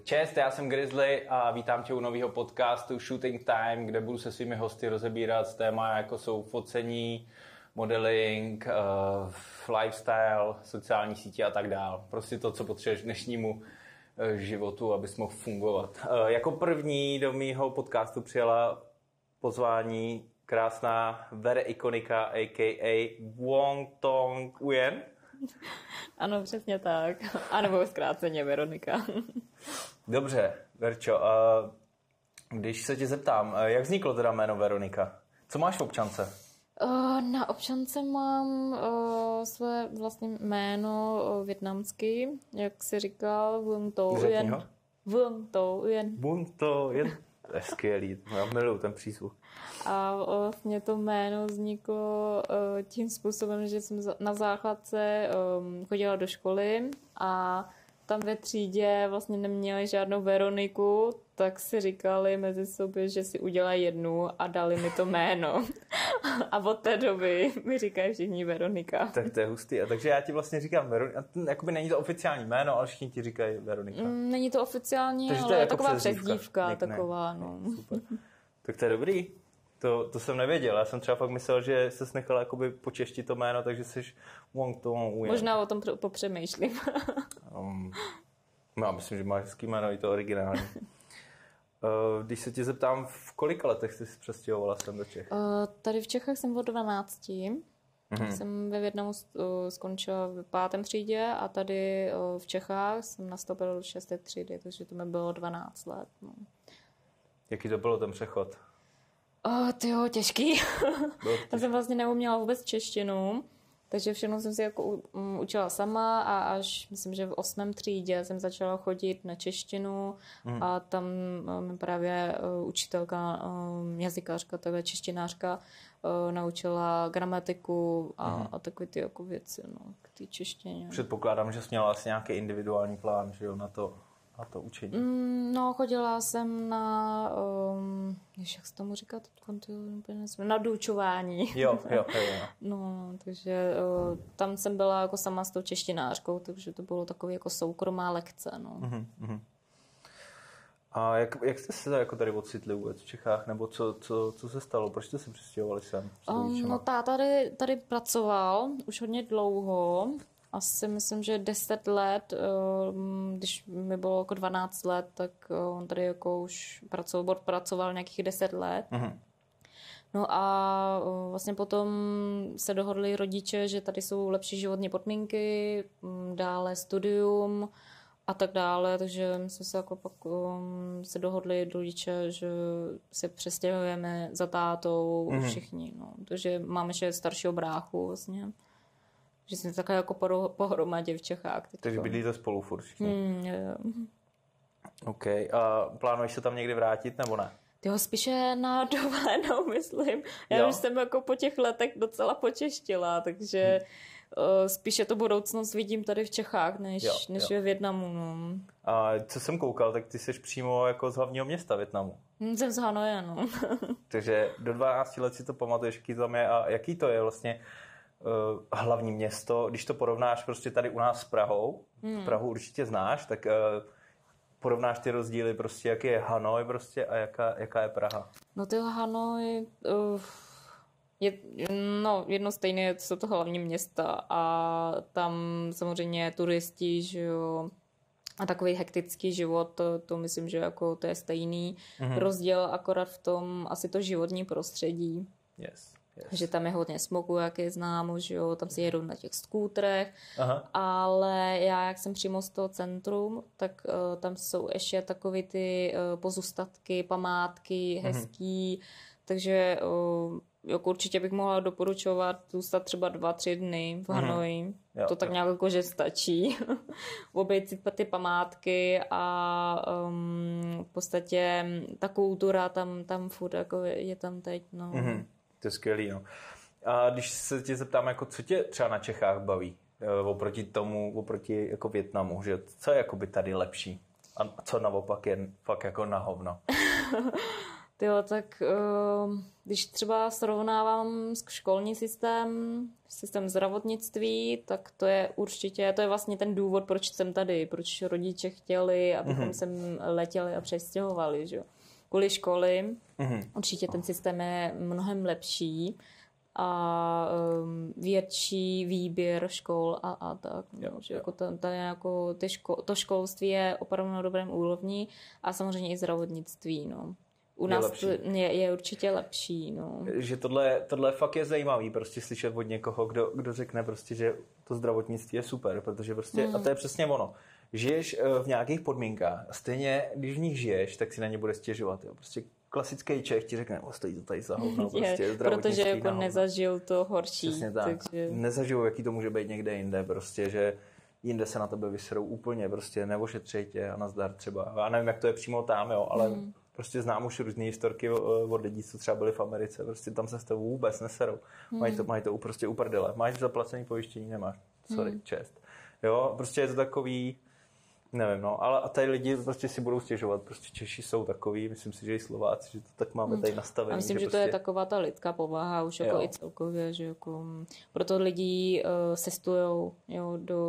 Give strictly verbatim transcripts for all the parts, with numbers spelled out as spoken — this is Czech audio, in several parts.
Čest, já jsem Grizzly a vítám tě u nového podcastu Shooting Time, kde budu se svými hosty rozebírat téma, jako jsou focení, modeling, uh, lifestyle, sociální sítě a tak dál. Prostě to, co potřebuješ dnešnímu uh, životu, abys mohl fungovat. Uh, jako první do mýho podcastu přijela pozvání krásná Vere Ikonika, a k a. Wong Tong Uyen. Ano, přesně tak. A nebo zkráceně Veronika. Dobře, Verčo, když se tě zeptám, jak vzniklo teda jméno Veronika? Co máš v občance? Na občance mám své vlastní jméno vietnamsky, jak jsi říkal, Vuong To Uyen. Vuong To Uyen. Vuong To Uyen. To je skvělý, já miluji ten přízvuk. A vlastně to jméno vzniklo tím způsobem, že jsem na základce chodila do školy a tam ve třídě vlastně neměli žádnou Veroniku, tak si říkali mezi sobě, že si udělají jednu a dali mi to jméno. A od té doby mi říkají všichni Veronika. Tak to je hustý. A takže já ti vlastně říkám Veronika. Jakoby není to oficiální jméno, ale všichni ti říkají Veronika. Mm, není to oficiální, takže ale to je jako taková přezdívka. Taková, no. Super. Tak to je dobrý. To, to jsem nevěděl. Já jsem třeba fakt myslel, že se nechala jakoby počeštit to jméno, takže jsi Wong To Uyen. Možná o tom popřemýšlím. um, já myslím, že máš hezký jméno, i to originální. Uh, když se tě zeptám, v kolika letech jsi přestěhovala sem do Čech? Uh, tady v Čechách jsem od dvanácti. Mm-hmm. Jsem ve Vietnamu uh, skončila v pátém třídě a tady uh, v Čechách jsem nastoupila do šesté třídy, takže to mi bylo dvanáct let. No. Jaký to bylo ten přechod? Oh, tyjo, těžký. Tam jsem vlastně neuměla vůbec češtinu, takže všechno jsem si jako um, učila sama a až myslím, že v osmém třídě jsem začala chodit na češtinu mm. a tam mi právě uh, učitelka, um, jazykářka, takhle češtinářka uh, naučila gramatiku a, mm. a takové ty jako věci, no, k té češtině. Předpokládám, že jsi měla asi nějaký individuální plán, že jo, na to, na to učení. Mm, no, chodila jsem na, um, jak se tomu říká, na doučování. Jo, jo, jo, jo. No, takže uh, tam jsem byla jako sama s tou češtinářkou, takže to bylo takové jako soukromá lekce, no. Uh-huh. A jak, jak jste se jako tady ocitli vůbec v Čechách, nebo co, co, co se stalo? Proč jste se přistěhovali sem? Um, no, táta tady, tady pracoval už hodně dlouho, asi myslím, že deset let, když mi bylo jako dvanáct let, tak on tady jako už pracoval, pracoval nějakých deset let. Mm-hmm. No a vlastně potom se dohodli rodiče, že tady jsou lepší životní podmínky, dále studium a tak dále, takže jsme se jako pak um, se dohodli rodiče, že se přestěhujeme za tátou mm-hmm. všichni. No. Takže máme ještě staršího bráchu vlastně. Že jsme takhle jako pohromadě v Čechách. Teďko. Takže bydlíte spolu furt všichni. Mm, jo. OK. A plánuješ se tam někdy vrátit, nebo ne? Tyho spíše na dovolenou, myslím. Já jo. už jsem jako po těch letech docela počeštila, takže hmm. uh, spíše tu budoucnost vidím tady v Čechách, než, jo, než jo. ve Vietnamu. No. A co jsem koukal, tak ty jsi přímo jako z hlavního města Vietnamu. Jsem z Hanoje, no. Takže do dvanácti let si to pamatuješ, jaký tam je a jaký to je vlastně Uh, hlavní město, když to porovnáš prostě tady u nás s Prahou, hmm. Prahu určitě znáš, tak uh, porovnáš ty rozdíly prostě, jaký je Hanoj prostě a jaká, jaká je Praha. No ty Hanoj uh, je no, jedno stejné, jsou to hlavní města a tam samozřejmě turisti, že jo, a takový hektický život, to, to myslím, že jako to je stejný. Hmm. Rozdíl akorát v tom asi to životní prostředí. Yes. Yes. Že tam je hodně smogu, jak je známo, že jo, tam si jedou na těch skútrech, Aha. ale já, jak jsem přímo z toho centrum, tak uh, tam jsou ještě takové ty uh, pozůstatky, památky, hezký, mm-hmm. takže uh, jako určitě bych mohla doporučovat zůstat třeba dva, tři dny v Hanoji. Mm-hmm. Jo, to tak jo. nějak jako, že stačí. Obejít si ty památky a um, v podstatě ta kultura tam, tam furt jako je, je tam teď, no. Mm-hmm. To je skvělý, no. A když se tě zeptám, jako, co tě třeba na Čechách baví oproti tomu, oproti jako Vietnamu, že co je jakoby tady lepší a co naopak je fakt jako na hovno? Tyjo, tak uh, když třeba srovnávám školní systém, systém zdravotnictví, tak to je určitě, to je vlastně ten důvod, proč jsem tady, proč rodiče chtěli, abychom mm-hmm. sem letěli a přestěhovali, že jo. Kvůli školy, mm-hmm. určitě ten systém je mnohem lepší a um, větší výběr škol a, a tak. No, jo, že jo. Jako to, to, je jako ty ško, to školství je opravdu na dobrém úrovni a samozřejmě i zdravotnictví, no. U nás to je, je určitě lepší, no. Že tohle, tohle fakt je zajímavý, prostě slyšet od někoho, kdo, kdo řekne prostě, že to zdravotnictví je super, protože prostě, mm. a to je přesně ono. Žiješ v nějakých podmínkách a stejně, když v nich žiješ, tak si na ně bude stěžovat, jo. Prostě klasický Čech ti řekne, o, stojí to tady za hovno, prostě je, protože jako nezažil to horší. Přesně tak. Takže... Nezažil, jaký to může být někde jinde, prostě, že jinde se na tebe vyserou úplně, prostě neošetřej tě a nazdar třeba. Já nevím, jak to je přímo tam, jo, ale mm. prostě znám už různý historky od lidí, co třeba byli v Americe, prostě tam se s tebou vůbec neserou. Mm. Mají to, mají to prostě uprdele. Máš zaplacený pojištění, nemáš. Sorry, mm. čest. Jo, prostě je to takový, nevím, no, ale a tady lidi prostě si budou stěžovat, prostě Češi jsou takový, myslím si, že i Slováci, že to tak máme tady nastavený. A myslím, že, že prostě... to je taková ta lidská povaha už jako jo. i celkově, že jako proto lidi uh, cestujou, jo, do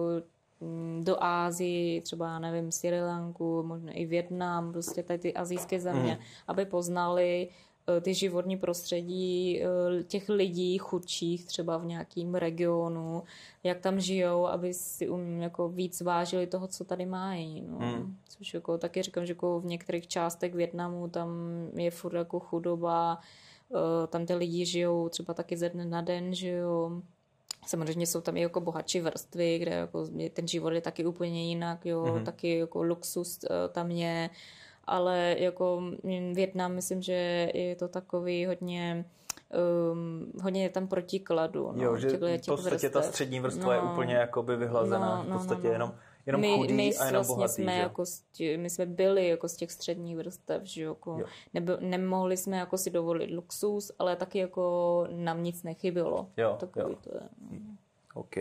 do Ázie, třeba, nevím, Sri Lanku, možná i Vietnam, prostě tady ty asijské země, mm. aby poznali uh, ty životní prostředí uh, těch lidí chudších třeba v nějakém regionu, jak tam žijou, aby si um, jako víc vážili toho, co tady mají. No. Mm. Což jako taky říkám, že jako v některých částech Vietnamu tam je furt jako chudoba, uh, tam ty lidi žijou třeba taky ze dne na den, žijou. Samozřejmě jsou tam i jako bohatší vrstvy, kde jako ten život je taky úplně jinak, jo, mm-hmm. taky jako luxus tam je, ale jako Vietnam, myslím, že je to takový hodně, um, hodně je tam protikladu. No, jo, že těch, v podstatě vrstev. Ta střední vrstva no, je úplně jakoby vyhlazená, no, no, v podstatě no, no. jenom Jenom my, chudý my a jenom vlastně bohatý, jsme, jako tě, my jsme byli jako z těch středních vrstev, že jako nebyl, nemohli jsme jako si dovolit luxus, ale taky jako nám nic nechybilo. Jo, Takový jo. To je. OK.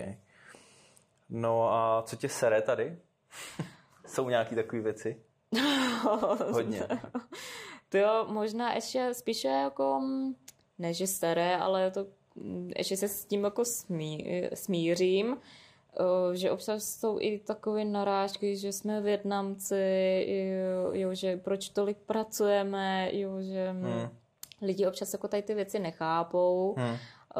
No a co tě sere tady? Jsou nějaký takové věci? Hodně. To jo, možná ještě spíše jako, ne že sere, ale to ještě se s tím jako smí, smířím, že občas jsou i takové narážky, že jsme Vietnamci, jo, jo, že proč tolik pracujeme, jo, že hmm. lidi občas jako tady ty věci nechápou, hmm.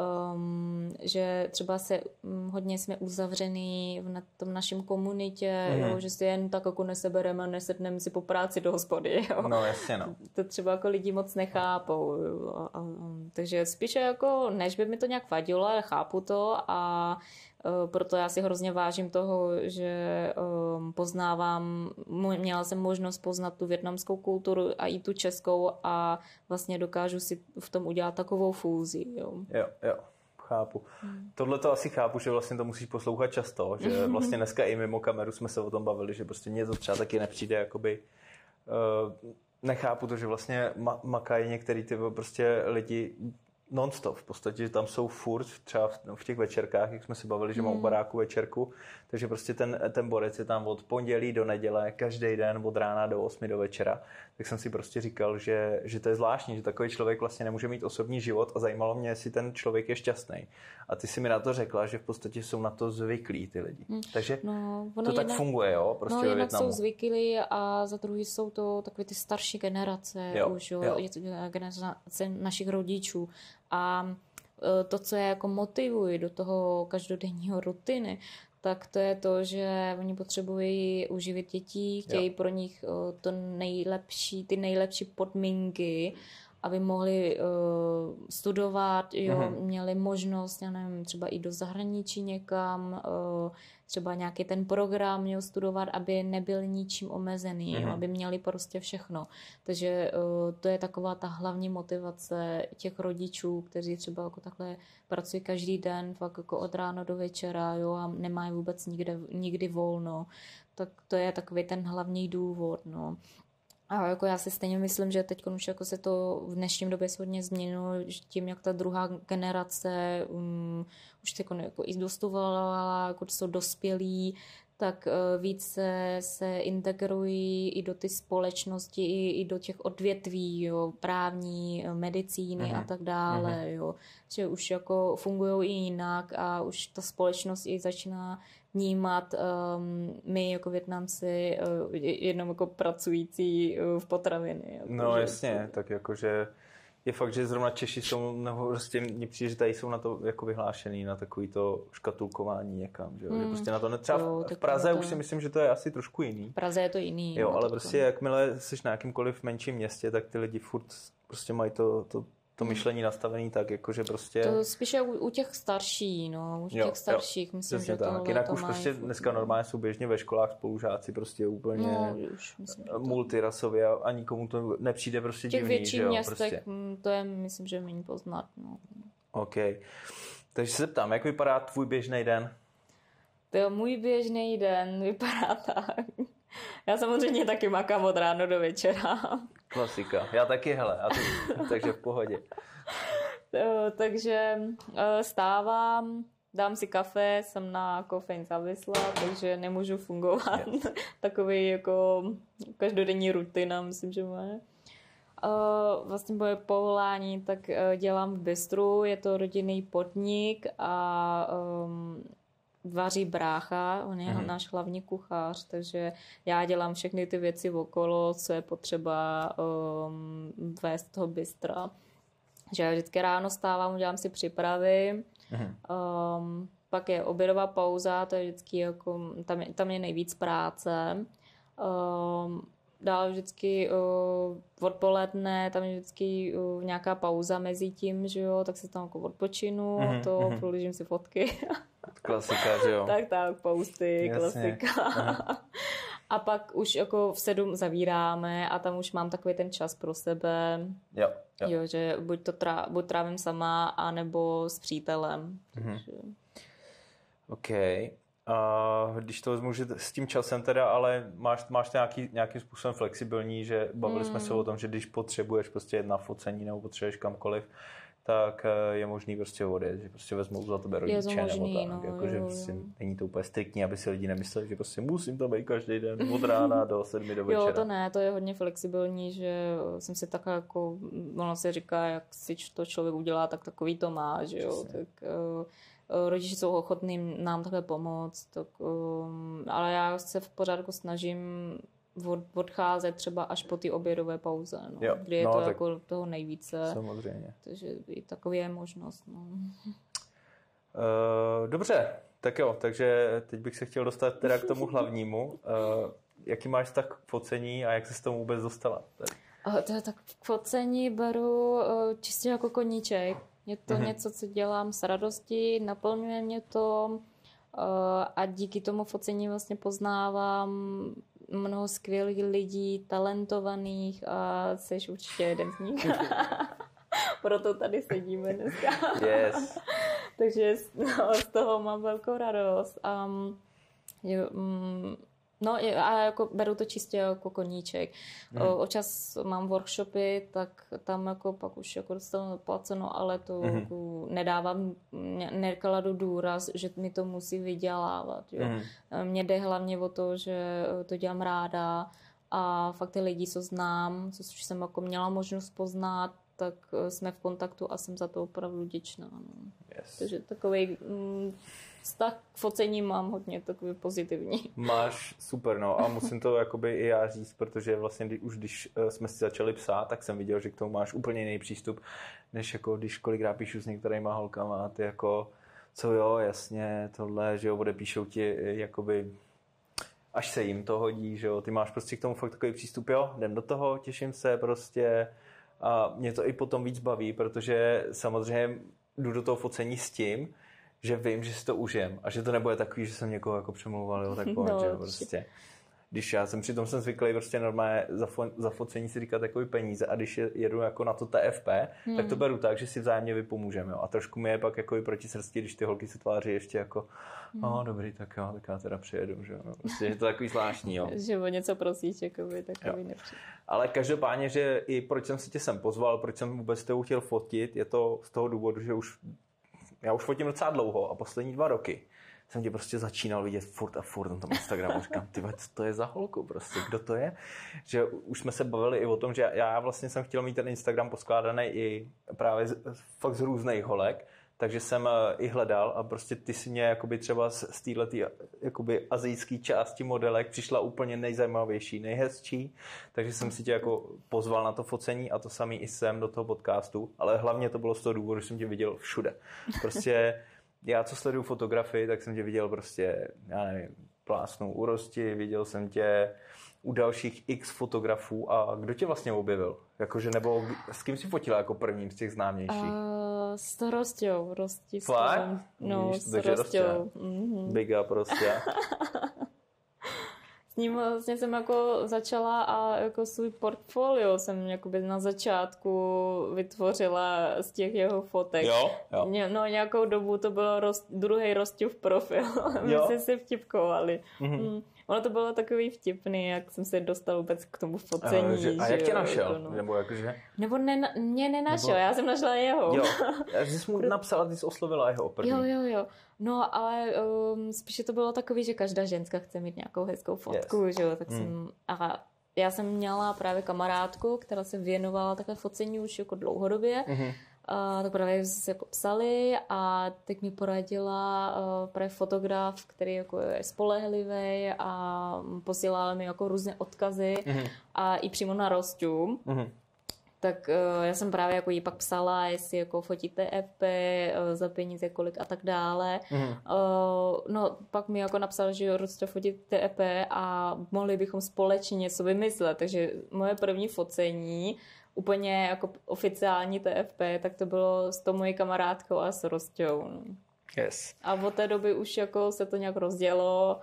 um, že třeba se um, hodně jsme uzavřený v na tom našem komunitě, hmm. jo, že si jen tak jako nesebereme a nesedneme si po práci do hospody. Jo. No jasně, no. To třeba jako lidi moc nechápou. Jo, a, a, takže spíše jako, než by mi to nějak vadilo, ale chápu to a proto já si hrozně vážím toho, že um, poznávám, měla jsem možnost poznat tu vietnamskou kulturu a i tu českou a vlastně dokážu si v tom udělat takovou fúzi. Jo, jo, jo chápu. Hmm. Tohle to asi chápu, že vlastně to musíš poslouchat často, že vlastně dneska i mimo kameru jsme se o tom bavili, že prostě mě to třeba taky nepřijde, jakoby uh, nechápu to, že vlastně ma- makají některý ty prostě lidi non-stop v podstatě, že tam jsou furt třeba v, no, v těch večerkách, jak jsme si bavili, že mm. mám u baráku večerku, takže prostě ten, ten borec je tam od pondělí do neděle, každý den od rána do osmi do večera, tak jsem si prostě říkal, že, že to je zvláštní, že takový člověk vlastně nemůže mít osobní život a zajímalo mě, jestli ten člověk je šťastný. A ty si mi na to řekla, že v podstatě jsou na to zvyklí ty lidi. Mm. Takže no, to tak jednak, funguje, jo? Prostě no, jednak jsou zvyklí a za druhý jsou to takové ty starší generace, jo, už, jo, jo. Je to generace našich rodičů. A to, co je jako motivuje do toho každodenního rutiny, tak to je to, že oni potřebují uživit dětí, chtějí jo. pro nich to nejlepší, ty nejlepší podmínky, aby mohli uh, studovat, jo, mm-hmm. měli možnost, já nevím, třeba i do zahraničí někam, uh, třeba nějaký ten program měl studovat, aby nebyl ničím omezený, mm-hmm. jo, aby měli prostě všechno. Takže uh, to je taková ta hlavní motivace těch rodičů, kteří třeba jako takhle pracují každý den, fakt jako od rána do večera, jo, a nemají vůbec nikde, nikdy volno. Tak to je takový ten hlavní důvod, no. A jako já si stejně myslím, že teď už jako se to v dnešním době se hodně změnilo tím, jak ta druhá generace um, už se jako, jako i dostudovala, jako jsou dospělí, tak více se integrují i do ty společnosti, i, i do těch odvětví, jo, právní, medicíny mm-hmm. a tak dále, mm-hmm. jo, že už jako fungují i jinak a už ta společnost i začíná vnímat um, my jako Vietnamci uh, jenom jako pracující uh, v potraviny. Jako, no že jasně, to... tak jakože je fakt, že zrovna Češi jsou, nebo prostě mně přijde, že tady jsou na to jako vyhlášený, na takový to škatulkování někam, že, hmm. že prostě na to netřeba. Jo, v Praze to... už si myslím, že to je asi trošku jiný. V Praze je to jiný. Jo, no, ale prostě to... jakmile jsi na jakýmkoliv menším městě, tak ty lidi furt prostě mají to, to, to myšlení nastavený tak, jakože prostě... To spíše u, u těch starších, no, u těch jo, starších, jo, myslím, že tohle jinak to už prostě furt... dneska normálně jsou běžně ve školách spolužáci, prostě úplně no, už, myslím, multirasově a nikomu to nepřijde prostě divný, že jo, těch větších městech prostě. To je, myslím, že méně poznat, no. OK. Takže se zeptám, jak vypadá tvůj běžný den? To jo, můj běžný den vypadá tak. Já samozřejmě taky makám od ráno do večera. Klasika. Já taky, hele. A ty, takže v pohodě. Takže stávám, dám si kafe, jsem na kofein závislá, takže nemůžu fungovat. Yes. Takový jako každodenní rutina, myslím, že moje. Vlastně moje povolání, tak dělám v bistru, je to rodinný podnik a um, vaří brácha, on je mm-hmm. náš hlavní kuchař, takže já dělám všechny ty věci okolo, co je potřeba um, vést toho bystra. Že já vždycky ráno stávám, udělám si přípravy, mm-hmm. um, pak je obědová pauza, to je vždycky jako, tam je, tam je nejvíc práce. Um, dál vždycky uh, odpoledne, tam je vždycky uh, nějaká pauza mezi tím, že jo, tak se tam jako odpočinu mm-hmm. a to, mm-hmm. prolížím si fotky. Klasika, že jo? tak, tak, posty, klasika. A pak už jako v sedm zavíráme a tam už mám takový ten čas pro sebe. Jo, jo. jo že buď to trá, buď trávím sama, anebo s přítelem. Mm-hmm. Takže... OK. Uh, když to vezmu, že s tím časem teda, ale máš, máš to nějaký, nějakým způsobem flexibilní, že bavili mm. jsme se o tom, že když potřebuješ prostě jet na focení nebo potřebuješ kamkoliv, tak je možný prostě odjet, že prostě vezmou za tebe rodiče možný, nebo tak. No, jako, jo, že jo. prostě není to úplně striktní, aby si lidi nemysleli, že prostě musím tam být každý den od rána do sedmi do večera. Jo, to ne, to je hodně flexibilní, že jsem si tak jako, ono se říká, jak si to člověk udělá, tak takový to má, že jo. Tak, uh, rodiče jsou ochotní nám takhle pomoct, tak, um, ale já se v pořádku snažím od, odcházet třeba až po ty obědové pauze, no, jo, kdy je no, to jako toho nejvíce. Samozřejmě. Takže i takový je možnost. No. Uh, dobře, tak jo, takže teď bych se chtěl dostat teda k tomu hlavnímu. Uh, jaký máš tak k focení a jak se s tomu vůbec dostala? Uh, to je tak k focení beru uh, čistě jako koníček. Je to mm-hmm. něco, co dělám s radostí, naplňuje mě to uh, a díky tomu focení vlastně poznávám mnoho skvělých lidí, talentovaných a jsi určitě jeden z nich. Proto tady sedíme dneska. Yes. Takže no, z toho mám velkou radost. Um, je, um, no a jako beru to čistě jako koníček. Hmm. Občas mám workshopy, tak tam jako pak už jako dostanu placeno, ale to hmm. jako nedávám, nekladu důraz, že mi to musí vydělávat. Jo. Hmm. Mně jde hlavně o to, že to dělám ráda a fakt ty lidi, co znám, což jsem jako měla možnost poznat, tak jsme v kontaktu a jsem za to opravdu vděčná. No. Yes. Takže takový mm, vztah k focení mám hodně takový pozitivní. Máš super, no a musím to jakoby i já říct, protože vlastně kdy, už když jsme si začali psát, tak jsem viděl, že k tomu máš úplně jiný přístup, než jako když kolikrát píšu s některýma holkama a ty jako, co jo, jasně, tohle, že jo, odepíšou ti jakoby až se jim to hodí, že jo, ty máš prostě k tomu fakt takový přístup, jo, jdem do toho, těším se prostě. A mě to i potom víc baví, protože samozřejmě jdu do toho focení s tím, že vím, že si to užijem a že to nebude takový, že jsem někoho jako přemlouval, jo, tak pojď, no, že prostě. Když já jsem přitom jsem zvyklý prostě normálně za, fo- za focení si říkat takový peníze a když jedu jako na to T F P, hmm. tak to beru tak, že si vzájemně vypomůžeme, jo. A trošku mi je pak jako i proti srsti, když ty holky se tváří ještě jako, hmm. oh, dobrý, tak jo, tak já teda přijedu, že jo. No, prostě je to takový zvláštní, jo. Že o něco prosíš, jakoby takový nepřijde. Ale každopádně, že i proč jsem si tě sem pozval, proč jsem vůbec tebou chtěl fotit, je to z toho důvodu, že už já už fotím docela dlouho a poslední dva roky jsem tě prostě začínal vidět furt a furt na tom Instagramu. Říkám, ty co to je za holku prostě, kdo to je? Že už jsme se bavili i o tom, že já vlastně jsem chtěl mít ten Instagram poskládaný i právě z, fakt z různých holek, takže jsem i hledal a prostě ty si mě jakoby třeba z, z této jakoby azijské části modelek přišla úplně nejzajímavější, nejhezčí, takže jsem si tě jako pozval na to focení a to samý i sem do toho podcastu, ale hlavně to bylo z toho důvodu, že jsem tě viděl všude. Prostě já, co sleduju fotografii, tak jsem tě viděl prostě, já nevím, plásnou u Rosti, viděl jsem tě u dalších x fotografů a kdo tě vlastně objevil? Jakože, nebo s kým si fotila jako prvním z těch známějších? Uh, s Rostou, Rosti. Fakt? No, Víš, s Rostou. Mm-hmm. Big up, Rostě. S ním vlastně jsem jako začala a jako svůj portfolio jsem jakoby na začátku vytvořila z těch jeho fotek. Jo, jo. No nějakou dobu to bylo rost, druhý Rostův profil. My jsme si vtipkovali. Mm-hmm. Mm. Ono to bylo takový vtipný, jak jsem se dostal vůbec k tomu focení. A, že, a jak že tě jo, našel? Jako no. Nebo jakože? Nebo ne, mě nenašel, Nebo... já jsem našla jeho. Jo, já jsi mu napsala, ty jsi oslovila jeho první. Jo, jo, jo. No, ale um, spíše to bylo takový, že každá ženská chce mít nějakou hezkou fotku, yes. že jo, tak mm. jsem... A já jsem měla právě kamarádku, která se věnovala takové focení už jako dlouhodobě. Mm-hmm. Uh, tak právě se jako psali a teď mi poradila uh, právě fotograf, který jako je spolehlivý a posílal mi jako různé odkazy mm-hmm. a i přímo na Rostu. Mm-hmm. Tak uh, já jsem právě jako jí pak psala, jestli jako fotí T F P, uh, za peníze kolik a tak dále. Mm-hmm. Uh, no pak mi jako napsal, že jo, Rosto fotí T F P a mohli bychom společně něco vymyslet. Takže moje první focení úplně jako oficiální T F P, tak to bylo s tou mojí kamarádkou a s Rostou. Yes. A od té doby už jako se to nějak rozdělo.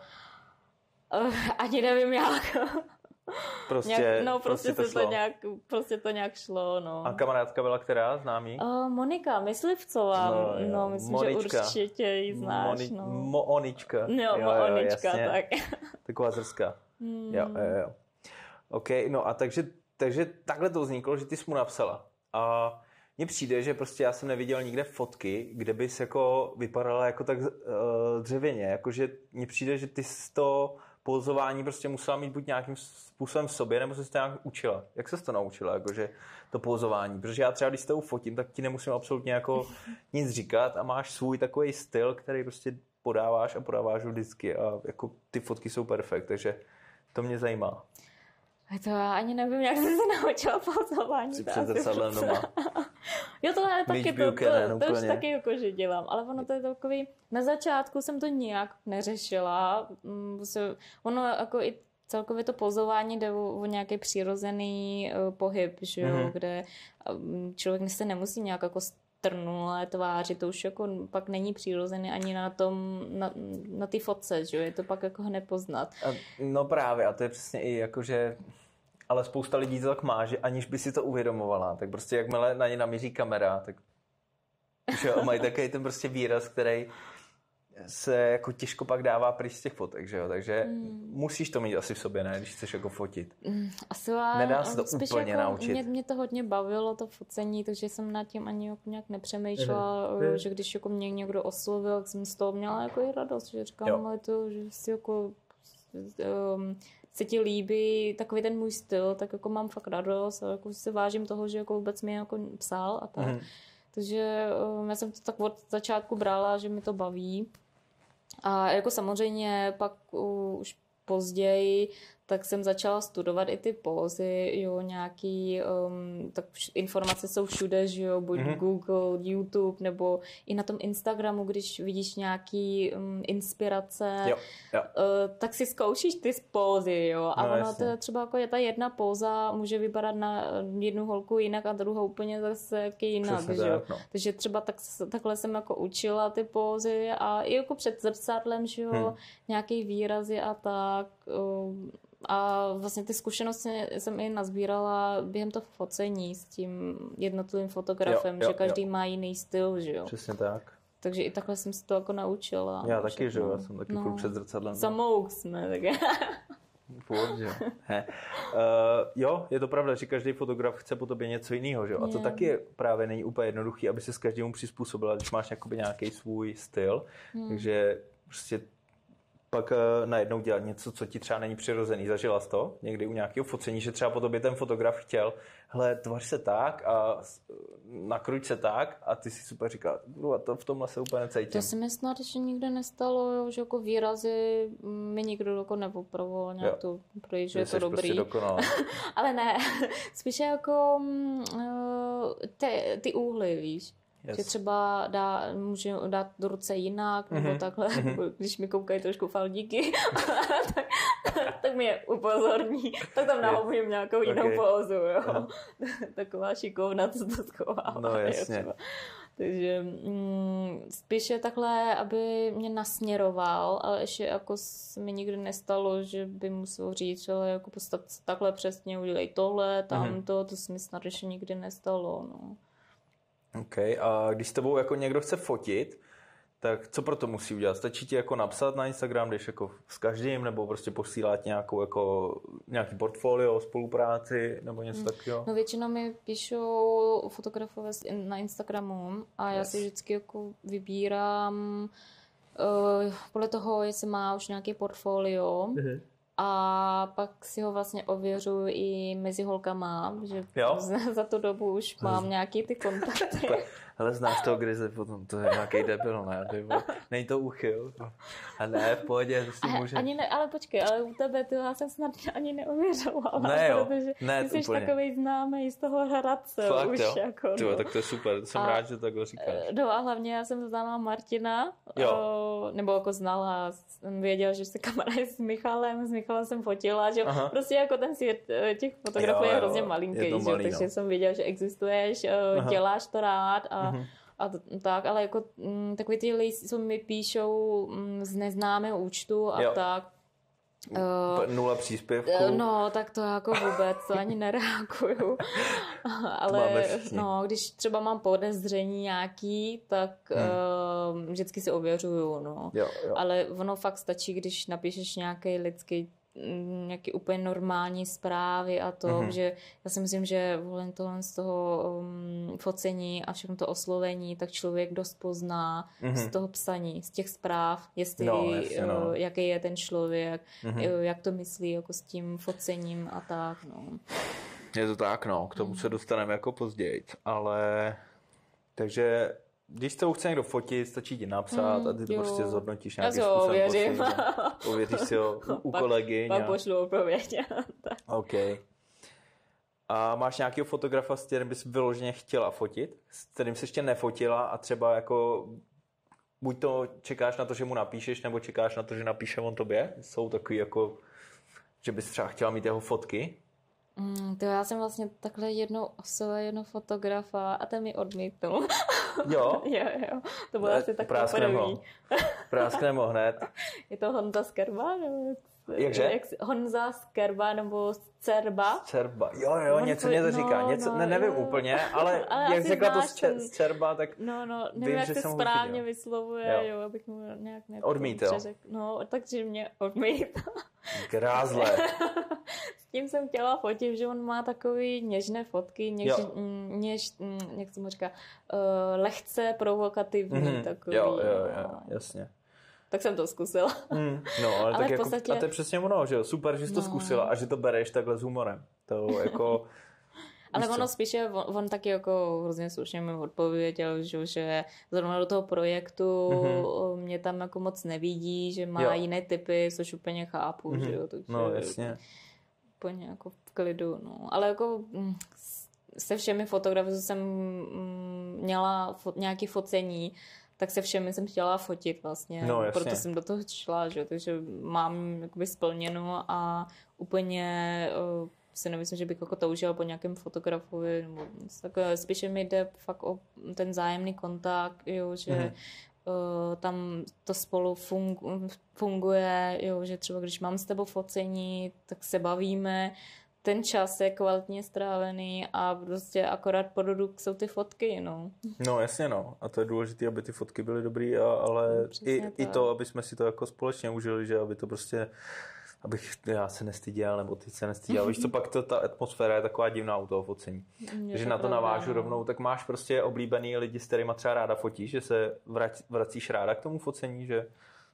Uh, ani nevím jak. Prostě, nějak, no prostě, prostě, to, to nějak, prostě to nějak šlo, no. A kamarádka byla která, známý? Uh, Monika Myslivcová, no, no myslím, Monička. Že určitě ji znáš, Moni- no. Moonička. Jo, jo, Moonička, tak. Taková zrská. Hmm. Jo, jo, jo. OK, no a takže, takže takhle to vzniklo, že ty jsi mu napsala. A mně přijde, že prostě já jsem neviděl nikde fotky, kde bys jako vypadala jako tak uh, dřevěně, jakože mně přijde, že ty jsi to pozování prostě musela mít buď nějakým způsobem v sobě, nebo jsi to nějak učila. Jak ses to naučila, jakože to pozování? Protože já třeba, když s tebou fotím, tak ti nemusím absolutně jako nic říkat a máš svůj takový styl, který prostě podáváš a podáváš vždycky a jako ty fotky jsou perfekt, takže to mě zajímá. To já ani nevím, jak jsem se naučila pozování. Jsi před zrcadlem doma. Jo, to je taky, to, to, to, to už taky jako, že dělám, ale ono to je takový, na začátku jsem to nijak neřešila, ono jako i celkově to pozování jde o, o nějaký přirozený uh, pohyb, že jo, mm-hmm. kde um, člověk se nemusí nějak jako strnulé tváři, to už jako pak není přirozený ani na tom, na, na ty fotce, že jo, je to pak jako hned poznat. A, no právě, a to je přesně i jako, že ale spousta lidí to tak má, že aniž by si to uvědomovala, tak prostě jakmile na ně namíří kamera, tak už jo, mají takový ten prostě výraz, který se jako těžko pak dává pryč z těch fotek, že jo, takže mm. musíš to mít asi v sobě, ne, když chceš jako fotit. Mm, asi já, nedá se to úplně jako naučit. Mě, mě to hodně bavilo, to focení, takže jsem nad tím ani jako nějak nepřemýšlela, mm. že když jako mě někdo oslovil, tak jsem z toho měla jako i radost, že říkám, ale to, že si jako um, se ti líbí takový ten můj styl, tak jako mám fakt radost a jako si vážím toho, že jako vůbec mi jako psal a tak. Mm. Takže um, já jsem to tak od začátku brala, že mi to baví. A jako samozřejmě pak uh, už později tak jsem začala studovat i ty pózy, jo, nějaký, um, tak informace jsou všude, že jo, buď mm-hmm. Google, YouTube, nebo i na tom Instagramu, když vidíš nějaký um, inspirace, jo, jo. Uh, tak si zkoušíš ty pózy, jo, a no, ono to je třeba jako je ta jedna póza může vypadat na jednu holku jinak a druhou úplně zase jaký jinak, že jo. No. Takže třeba tak, takhle jsem jako učila ty pózy a i jako před zrcadlem, že jo, hmm. nějaký výrazy a tak, um, a vlastně ty zkušenosti jsem i nazbírala během toho focení s tím jednotlivým fotografem, jo, jo, že každý jo. má jiný styl, že jo. Přesně tak. Takže i takhle jsem se to jako naučila. Já taky, že jo, já jsem taky no. před zrcadlem. Samouk jsme, tak Furt, že jo. Uh, jo, je to pravda, že každý fotograf chce po tobě něco jiného, že jo. A to yeah. taky právě není úplně jednoduchý, aby se s každému přizpůsobila, když máš jakoby nějaký svůj styl. Hmm. Takže prostě pak uh, najednou dělat něco, co ti třeba není přirozený. Zažila jsi to někdy u nějakého focení, že třeba po tobě ten fotograf chtěl, hele, tvař se tak a nakruť se tak a ty si super říkala, a to v tomhle se úplně necítím. To se mi snad ještě nikdy nestalo, jo, že jako výrazy mi nikdo jako nepopravoval nějak to, protože je to dobrý. Prostě ale ne, spíše jako ty, ty úhly, víš. Yes. Že třeba dá, může dát do ruce jinak, nebo mm-hmm. takhle, mm-hmm. když mi koukají trošku faldíky, tak, tak mě upozorní, tak tam nahovorím nějakou jinou okay. pózu, jo. Taková šikovna, co to schovává. No jasně. Takže mm, spíše takhle, aby mě nasměroval, ale ještě jako se mi nikdy nestalo, že by musel říct, ale jako postav takhle přesně, udělej tohle, tamto, mm-hmm. to se mi snad ještě nikdy nestalo, no. OK, a když s tebou jako někdo chce fotit, tak co pro to musí udělat? Stačí ti jako napsat na Instagram, když jako s každým, nebo prostě posílat nějakou jako nějaký portfolio, spolupráci, nebo něco takového? No většinou mi píšou fotografové na Instagramu a já yes. si vždycky jako vybírám uh, podle toho, jestli má už nějaký portfolio, mm-hmm. a pak si ho vlastně ověřuju i mezi holkama, že jo? za tu dobu už mám nějaký ty kontakty. Hele, znáš toho Grize potom, to je nějaký debil, ne? Nej to uchyl. A ne, v pohodě, to si může... Ani ne, ale počkej, ale u tebe, ty já jsem snad ani neuvěřovala, ne, jo. protože ne, ty jsi úplně takovej známej z toho Hradce. Fakt, už jo? Jako, no. Tyvo, tak to je super, jsem a, rád, že takhle říkáš. No a hlavně já jsem známá Martina, o, nebo jako znala, jsem věděla, že se kamarádí s Michalem, s Michalem jsem fotila, že Aha. prostě jako ten svět těch fotografů je hrozně malinký, že? Malý, takže no. jsem věděla, že existuješ, Aha. děláš to rád a uh-huh. A t- tak, ale jako m, takový ty lidi, co mi píšou m, z neznámého účtu a jo. tak. Uh, Nula příspěvků. No, tak to jako vůbec, to ani nereaguju. Ale no, když třeba mám podezření nějaký, tak hmm. uh, vždycky si ověřuju, no. Jo, jo. Ale ono fakt stačí, když napíšeš nějaký lidský nějaký úplně normální zprávy a to, mm-hmm. že já si myslím, že volen tohle z toho um, focení a všechno to oslovení, tak člověk dost pozná mm-hmm. z toho psaní, z těch zpráv, jestli, no, jasně, no. uh, jaký je ten člověk, mm-hmm. uh, jak to myslí jako s tím focením a tak, no. Je to tak, no, k tomu mm. se dostaneme jako později, ale takže když to chce někdo fotit, stačí ti napsat mm, a ty to jo. prostě zhodnotíš nějakým způsobem. Já si ho ověřím. Ověříš si ho u, u kolegy. Pak pošlu odpověď. OK. A máš nějakého fotografa, s kterým bys vyloženě chtěla fotit? S kterým jsi ještě nefotila a třeba jako buď to čekáš na to, že mu napíšeš, nebo čekáš na to, že napíše on tobě? Jsou takový jako, že bys třeba chtěla mít jeho fotky? Mm, to já jsem vlastně takhle jednou osoba, jednou fotografa a ten mi odmítnul. Jo? jo, jo. To bylo asi takový první. Prásknem ho hned. Je to Honza Skerba? Nebo... Jakže? Jak, Honza Skerba nebo Cerba? Cerba, jo, jo, On něco mě to říká. No, něco, no, ne, nevím jo. úplně, ale, ale jak řekla to z Cerba, tak no, no, nevím, vím, jak že se správně vyslovuje, jo. jo, abych mu nějak nepřeřekl. Odmítil. No, takže mě odmítl. Grázle. S tím jsem chtěla fotit, že on má takový něžné fotky, něž, něž, jak se mu říká, uh, lehce provokativní. Mm-hmm. Takový, jo, jo, jo, jasně. Tak jsem to zkusila. Mm, no, ale, ale tak jako, podstatě... a to je přesně ono, že jo, super, že jsi no. to zkusila a že to bereš takhle s humorem. To jako... Ale ono spíše, on, on taky jako hrozně slušně mi odpověděl, že, že zrovna do toho projektu mm-hmm. mě tam jako moc nevidí, že má jo. jiné typy, což úplně chápu, mm-hmm. že jo. Takže no, jasně. Úplně jako v klidu, no. Ale jako se všemi fotografy, co jsem měla fo- nějaké focení, tak se všemi jsem chtěla fotit vlastně, no, proto jsem do toho šla, že? Takže mám jakoby splněno a úplně uh, si nemyslím, že bych jako toužila po nějakém fotografovi, nebo tak spíše mi jde fakt o ten zájemný kontakt, jo, že mm-hmm. uh, tam to spolu fungu, funguje, jo, že třeba když mám s tebou focení, tak se bavíme, ten čas je kvalitně strávený a prostě akorát produkt jsou ty fotky, no. No jasně, no. A to je důležité, aby ty fotky byly dobrý, a, ale no, i, i to, aby jsme si to jako společně užili, že aby to prostě, abych já se nestyděl, nebo ty se nestyděl. Víš co, pak to, ta atmosféra je taková divná u toho focení. Je že to na to pravda, navážu no. rovnou, tak máš prostě oblíbený lidi, s kterýma třeba ráda fotíš, že se vrať, vracíš ráda k tomu focení, že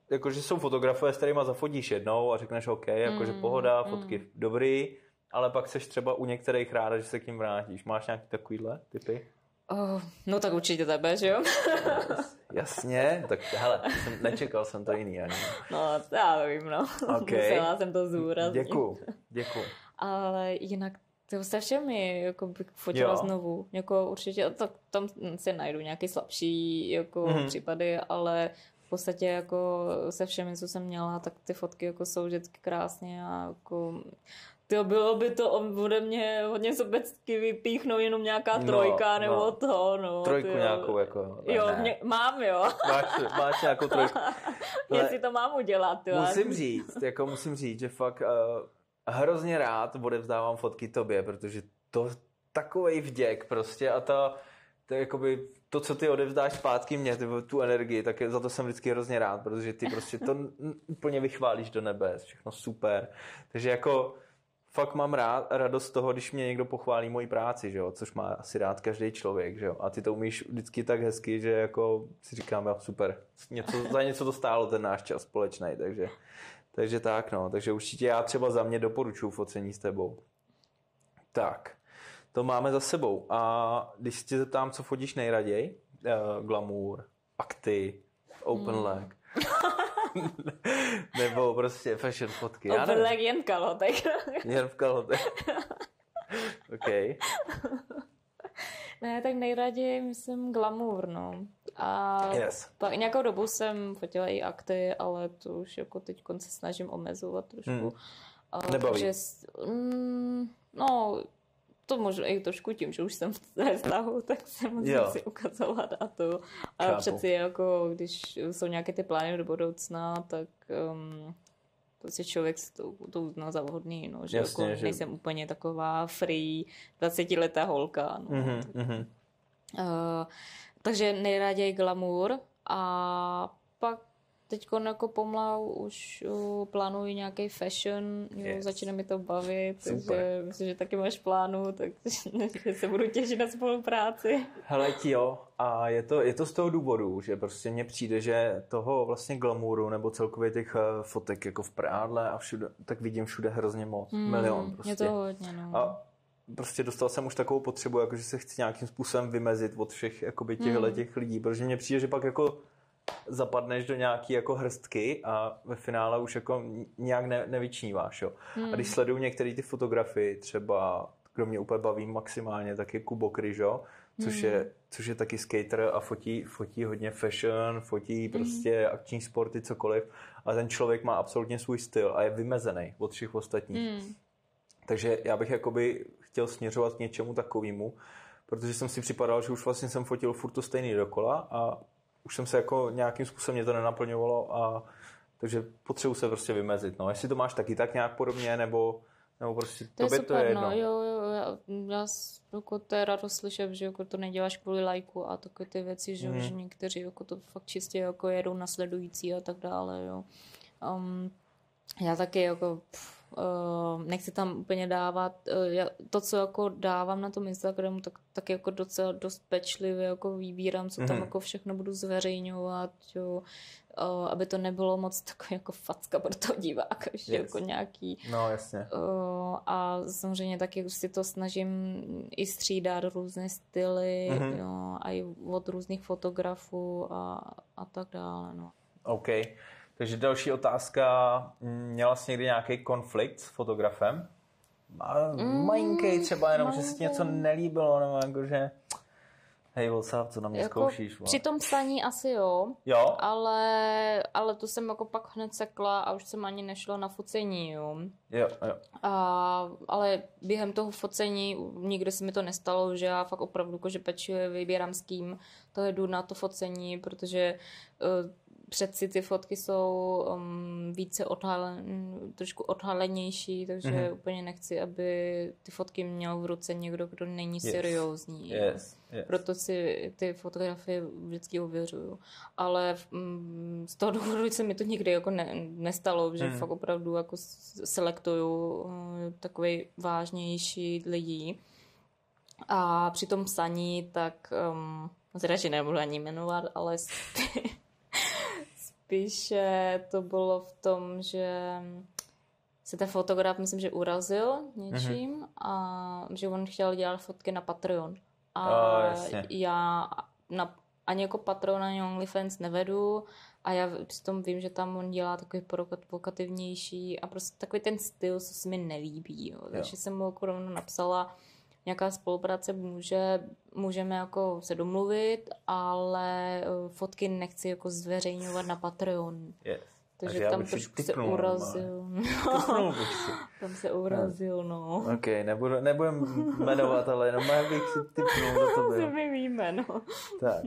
jakože jsou fotografové, s kterýma zafotíš jednou a řekneš OK, jakože mm, pohoda, fotky mm. dobrý, ale pak seš třeba u některých ráda, že se k ním vrátíš. Máš nějaký takovýhle typy? Oh, no tak určitě tebe, že jo? Jasně, tak hele, jsem, nečekal jsem to jiný ani. No, já to vím, no. Okay. Musela jsem to zúraznit. Děkuju, děkuju. Ale jinak to se všemi jako bych fotila jo. znovu. Jako určitě, tak tam si najdu nějaký slabší jako mm-hmm. případy, ale v podstatě jako se všemi, co jsem měla, tak ty fotky jako jsou vždycky krásně a jako... Tyjo, bylo by to ode mě hodně sobecky vypíchnout jenom nějaká trojka no, nebo no. to, no. Trojku tyjo. nějakou, jako. Ne, jo, ne. Mě, mám, jo. Máš, máš nějakou trojku. Jestli to mám udělat, jo. Musím říct, jako musím říct, že fakt uh, hrozně rád odevzdávám fotky tobě, protože to takovej vděk prostě a ta, to, jakoby, to, co ty odevzdáš zpátky mě, ty, tu energii, tak za to jsem vždycky hrozně rád, protože ty prostě to úplně vychválíš do nebe, všechno super. Takže jako fakt mám rád, radost z toho, když mě někdo pochválí moji práci, že jo? Což má asi rád každý člověk, že jo? A ty to umíš vždycky tak hezky, že jako si říkám, jo, super, něco, za něco to stálo ten náš čas společný, takže, takže tak, no. Takže určitě já třeba za mě doporučuji focení s tebou. Tak, to máme za sebou. A když se tě zeptám, co fotíš nejraději? Uh, glamour, akty, open leg. Hmm. Nebo prostě fashion fotky. Open leg jen v kalhotech. Jen v kalhotech. OK. Ne, tak nejraději myslím glamour, no. A yes. pak nějakou dobu jsem fotila i akty, ale to už jako teď se snažím omezovat trošku. Hmm. Ale Nebaví. že, mm, no, to možná i trošku tím, že už jsem v té vztahu, tak se musím si ukazovat a to. A Chápu. Přeci jako, když jsou nějaké ty plány do budoucna, tak um, prostě člověk to, to uzná za vhodný, no, že, Jasně, jako že nejsem úplně taková free dvacetiletá holka. No, mm-hmm, tak, mm-hmm. Uh, takže nejraději glamour a pak teďko jako pomalu už uh, plánuji nějaký fashion, jo, yes. Začíná mi to bavit, Super. Takže myslím, že taky máš plánu, takže se budu těšit na spolupráci. Hele ti jo, a je to, je to z toho důvodu, že prostě mně přijde, že toho vlastně glamouru nebo celkově těch fotek jako v prádle a všude, tak vidím všude hrozně moc, hmm, milion prostě. Je to hodně, no. A prostě dostal jsem už takovou potřebu, jako že se chci nějakým způsobem vymezit od všech jakoby těchhle hmm. těch lidí, protože mně přijde, že pak jako zapadneš do nějaký jako hrstky a ve finále už jako nějak ne, nevyčníváš, jo. Hmm. A když sleduju některé ty fotografii, třeba, kdo mě úplně baví maximálně, tak je Kubo Kryžo, což, hmm. je, což je taky skater a fotí, fotí hodně fashion, fotí prostě hmm. akční sporty, cokoliv. A ten člověk má absolutně svůj styl a je vymezený od všech ostatních. Hmm. Takže já bych jakoby chtěl směřovat k něčemu takovému, protože jsem si připadal, že už vlastně jsem fotil furt to stejný dokola a už jsem se jako nějakým způsobem mě to nenaplňovalo a takže potřebuji se prostě vymezit. No. Jestli to máš taky tak nějak podobně, nebo, nebo prostě to tobě je super, to je jedno. No. Jo, jo, já, já jako to je radost slyšet, že jako to neděláš kvůli lajku a takové ty věci, že, hmm. že někteří jako to fakt čistě jako jedou nasledující a tak dále. Jo. Um, já taky jako pff, uh, nechci tam úplně dávat uh, já, to, co jako dávám na tom Instagramu, tak, tak jako docela dost pečlivě jako vybírám, co tam mm-hmm. jako všechno budu zveřejňovat, jo, uh, aby to nebylo moc takový jako facka pro toho diváka, yes. že jako nějaký no jasně uh, a samozřejmě taky si to snažím i střídat různé styly, mm-hmm. jo, a i od různých fotografů a, a tak dále, no. OK. Takže další otázka. Měla jsi někdy nějaký konflikt s fotografem? Mm, Malinký třeba jenom, malinký. Že se ti něco nelíbilo, nebo jako, že hej, what's up, co na mě jako zkoušíš? Při tom psaní asi jo, jo? Ale, ale to jsem jako pak hned sekla a už jsem ani nešla na focení, jo. Jo, jo. A, ale během toho focení nikdy se mi to nestalo, že já fakt opravdu že pečlivě vybírám s kým to jdu na to focení, protože uh, přeci ty fotky jsou um, více odhalen, trošku odhalenější, takže mm-hmm. úplně nechci, aby ty fotky měl v ruce někdo, kdo není yes. seriózní. Yes. Yes. Proto si ty fotografie vždycky ověřuju. Ale um, z toho důvodu se mi to nikdy jako ne, nestalo, že mm. fakt opravdu jako selektuju uh, takový vážnější lidí. A při tom psaní tak um, radši nebudu ani jmenovat, ale spíše to bylo v tom, že se ten fotograf, myslím, že urazil něčím mm-hmm. a že on chtěl dělat fotky na Patreon. A oh, já na, ani jako Patreon, ani OnlyFans nevedu a já přitom vím, že tam on dělá takový provokativnější a prostě takový ten styl, co se mi nelíbí. Jo. Takže jsem mu jako rovno napsala, nějaká spolupráce může, můžeme jako se domluvit, ale fotky nechci jako zveřejňovat na Patreon. Yes. Takže tam trošku se urazil. No. Tam se urazil, no. Ok, nebudu, nebudem jmenovat, ale jenom bych si tipnul, kdo to byl. My víme, no. Tak.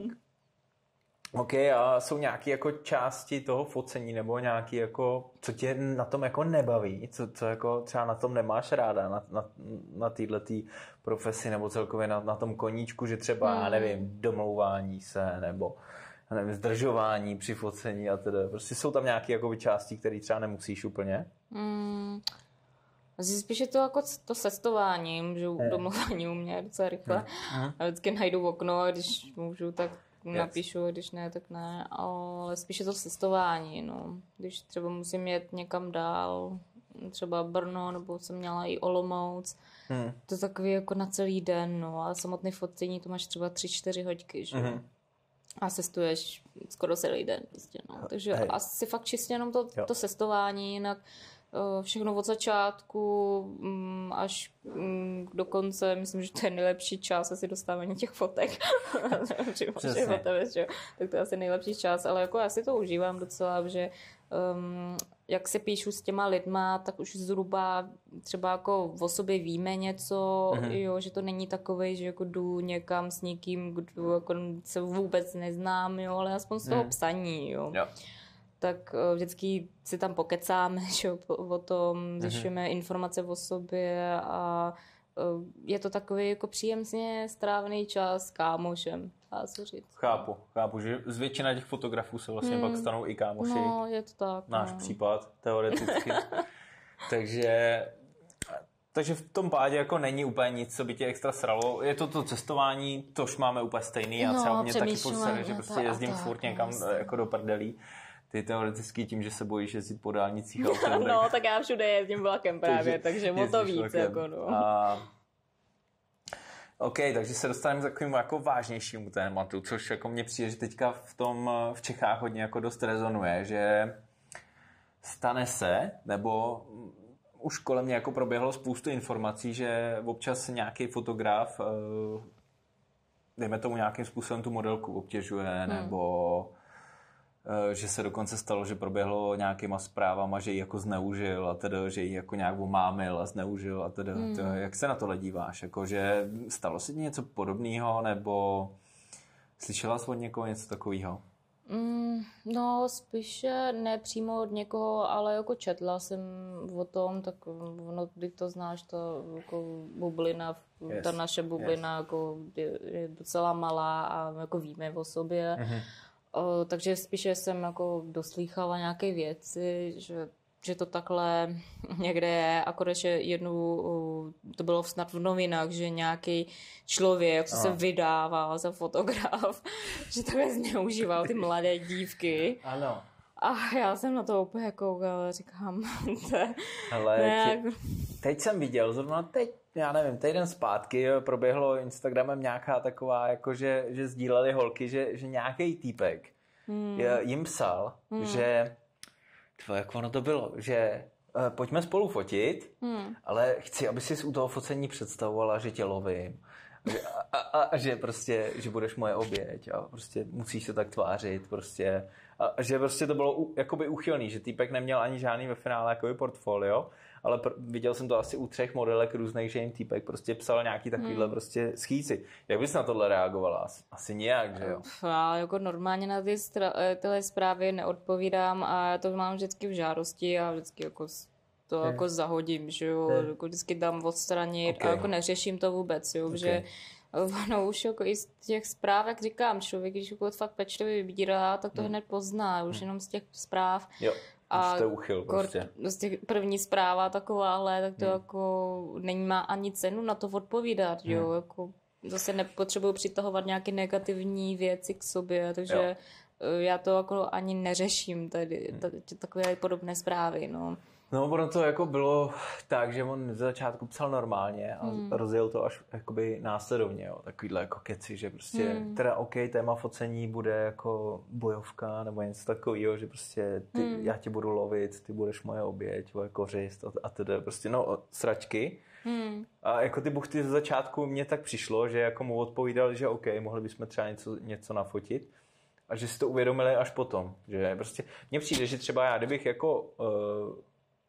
Ok, a jsou nějaké jako části toho focení, nebo nějaký jako, co tě na tom jako nebaví, co, co jako třeba na tom nemáš ráda, na, na, na této profesi, nebo celkově na, na tom koníčku, že třeba, hmm. já nevím, domlouvání se, nebo nevím, zdržování při focení a teda. Prostě jsou tam nějaké jakoby části, které třeba nemusíš úplně? Hmm. Spíš je to jako to cestování, můžu hmm. domluvání u mě docela rychle. Hmm. A vždycky najdu okno a když můžu, tak napíšu, yes. Když ne, tak ne. Ale spíš je to cestování, no. Když třeba musím jet někam dál, třeba Brno, nebo jsem měla i Olomouc. Hmm. To je takový jako na celý den, no. A samotné focení to máš třeba tři čtyři hoďky, že hmm. A cestuješ skoro celý den. Prostě, no. Takže hey. Asi fakt čistě jenom to, to cestování, jinak všechno od začátku až do konce, myslím, že to je nejlepší čas asi dostávání těch fotek. Fotek, tak to je asi nejlepší čas, ale jako já si to užívám docela, že um, jak se píšu s těma lidma, tak už zhruba třeba jako o sobě víme něco, mm-hmm. jo, že to není takovej, že jako jdu někam s někým, kdo jako se vůbec neznám, jo, ale aspoň z toho mm. psaní, jo. jo. Tak vždycky si tam pokecáme, že o tom, zjišťujeme mm-hmm. informace o sobě a je to takový jako příjemně strávený čas s kámošem, dá se říct. Chápu, chápu, že z většina těch fotografů se vlastně hmm. pak stanou i kámoši. No, je to tak. Náš no. případ, teoreticky. takže, takže v tom pádě jako není úplně nic, co by tě extra sralo. Je to to cestování, tož máme úplně stejný a třeba no, mě taky posere, že prostě jezdím tak, furt někam vlastně. Jako do prdelí. Ty teoreticky tím, že se bojíš jezdit po dálnicích. No, no, tak já všude jezdím vlakem právě, takže o to víc. Jako, no. A... OK, takže se dostaneme k takovému jako vážnějšímu tématu, což jako mně přijde, že teďka v tom v Čechách hodně jako dost rezonuje, že stane se, nebo už kolem mě jako proběhlo spoustu informací, že občas nějaký fotograf, dejme tomu nějakým způsobem tu modelku obtěžuje, hmm. nebo že se dokonce stalo, že proběhlo nějakýma zprávama, že ji jako zneužil a teda, že ji jako nějak omámil a zneužil a teda. Hmm. teda jak se na tohle díváš? Jako, že stalo se ti něco podobného nebo slyšela jsi od někoho něco takového? Mm, no spíše ne přímo od někoho, ale jako četla jsem o tom, tak no, když to znáš, ta jako bublina, yes. ta naše bublina yes. jako je docela malá a jako víme o sobě. Mm-hmm. O, takže spíše jsem jako doslýchala nějaké věci, že, že to takhle někde je, akorát, že jednou to bylo snad v novinách, že nějaký člověk, co se vydával za fotograf, že takhle zneužíval ty mladé dívky. Ano. A já jsem na to úplně koukala, říkám, te, hele, ne, tě, teď jsem viděl, zrovna teď, já nevím, týden zpátky proběhlo Instagramem nějaká taková, jakože, že sdíleli holky, že, že nějaký týpek hmm. jim psal, hmm. že, tvo, jak ono to bylo, že uh, pojďme spolu fotit, hmm. ale chci, aby si u toho focení představovala, že tě lovím. A, a, a že prostě, že budeš moje oběť a prostě musíš se tak tvářit prostě. A že prostě to bylo u, jakoby uchylný, že týpek neměl ani žádný ve finále jakoby portfolio, ale pr- viděl jsem to asi u třech modelek různých, že jim týpek prostě psal nějaký takovýhle hmm. prostě schýci. Jak bys na tohle reagovala? Asi, asi nějak, že jo? Já jako normálně na ty stra- tyhle zprávy neodpovídám a já to mám vždycky v žádosti a vždycky jako to hmm. jako zahodím, že jo, hmm. jako vždycky dám odstranit okay. a jako neřeším to vůbec, jo, okay. že no už jako i z těch zpráv, jak říkám, člověk, když jako fakt pečlivě vybírá, tak to hmm. hned pozná, už hmm. jenom z těch zpráv. Jo, a už to je uchyl prostě. Z těch první zpráva takováhle, tak to hmm. jako není má ani cenu na to odpovídat, hmm. jo, jako zase nepotřebuji přitahovat nějaké negativní věci k sobě, takže jo. já to jako ani neřeším, tady, tady takové podobné zprávy, no. No, ono to jako bylo tak, že on z začátku psal normálně a hmm. rozjel to až jakoby následovně, jo. Takovýhle jako keci, že prostě, hmm. teda OK, téma focení bude jako bojovka nebo něco takového, že prostě ty, hmm. já tě budu lovit, ty budeš moje oběť, moje kořist a, a teda prostě, no, sračky. Hmm. A jako ty buchty z začátku mně tak přišlo, že jako mu odpovídali, že OK, mohli bychom třeba něco, něco nafotit. A že si to uvědomili až potom, že prostě mně přijde, že třeba já, kdybych jako uh,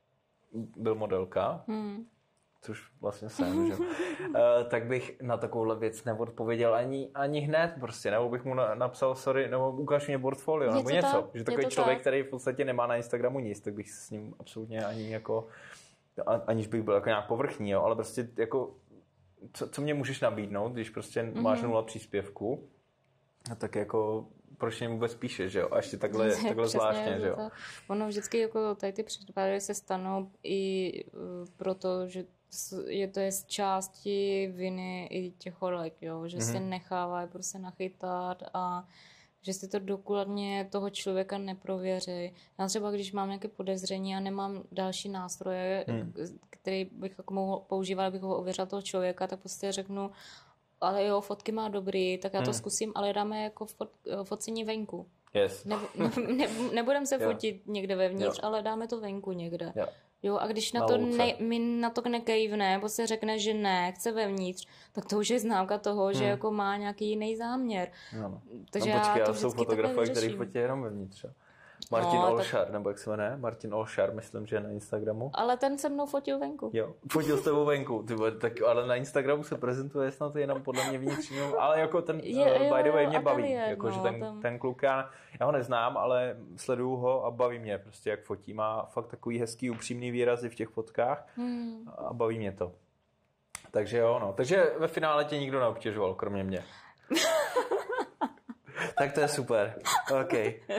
byl modelka, hmm. což vlastně jsem, že? Uh, tak bych na takovouhle věc neodpověděl ani, ani hned prostě, nebo bych mu na, napsal sorry, nebo ukáž mě portfolio, nebo něco. Tak, že takový člověk, tak. který v podstatě nemá na Instagramu nic, tak bych s ním absolutně ani jako, aniž bych byl jako nějak povrchní, jo, ale prostě jako, co, co mě můžeš nabídnout, když prostě mm-hmm. máš nula příspěvku, tak jako proč mě vůbec píše, že jo? A ještě takhle, takhle zvláštně, že jo? To, ono vždycky jako tady ty případy se stanou i uh, proto, že je to je z části viny i těch holek, jo? Že mm-hmm. se nechávají prostě nachytat a že si to důkladně toho člověka neprověří. Já třeba, když mám nějaké podezření a nemám další nástroje, mm. který bych jako mohl používat, abych ho ověřil toho člověka, tak prostě řeknu, ale jo, fotky má dobrý, tak já to hmm. zkusím, ale dáme jako fot, focení venku. Yes. Ne, ne, nebudem se fotit někde vevnitř, jo. ale dáme to venku někde. Jo, jo a když na, na to ne, mi na to nekejvne, nebo se řekne, že ne, chce vevnitř, tak to už je známka toho, hmm. že jako má nějaký jiný záměr. No. Takže no, počkej, já to jsou fotografové, který fotí jenom vevnitř. Martin no, Olšar, tak... nebo jak se jmenuje? Martin Olšar, myslím, že je na Instagramu. Ale ten se mnou fotil venku. Jo, fotil s tebou venku, ty, tak, ale na Instagramu se prezentuje snad jenom podle mě vnitřního, ale jako ten, je, uh, by the way, mě baví, je, jako, no, že ten, tam... ten kluk, já, já ho neznám, ale sleduju ho a baví mě prostě, jak fotí, má fakt takový hezký, upřímný výrazy v těch fotkách hmm. a baví mě to. Takže jo, no, takže ve finále tě nikdo neobtěžoval, kromě mě. Tak to je super, OK.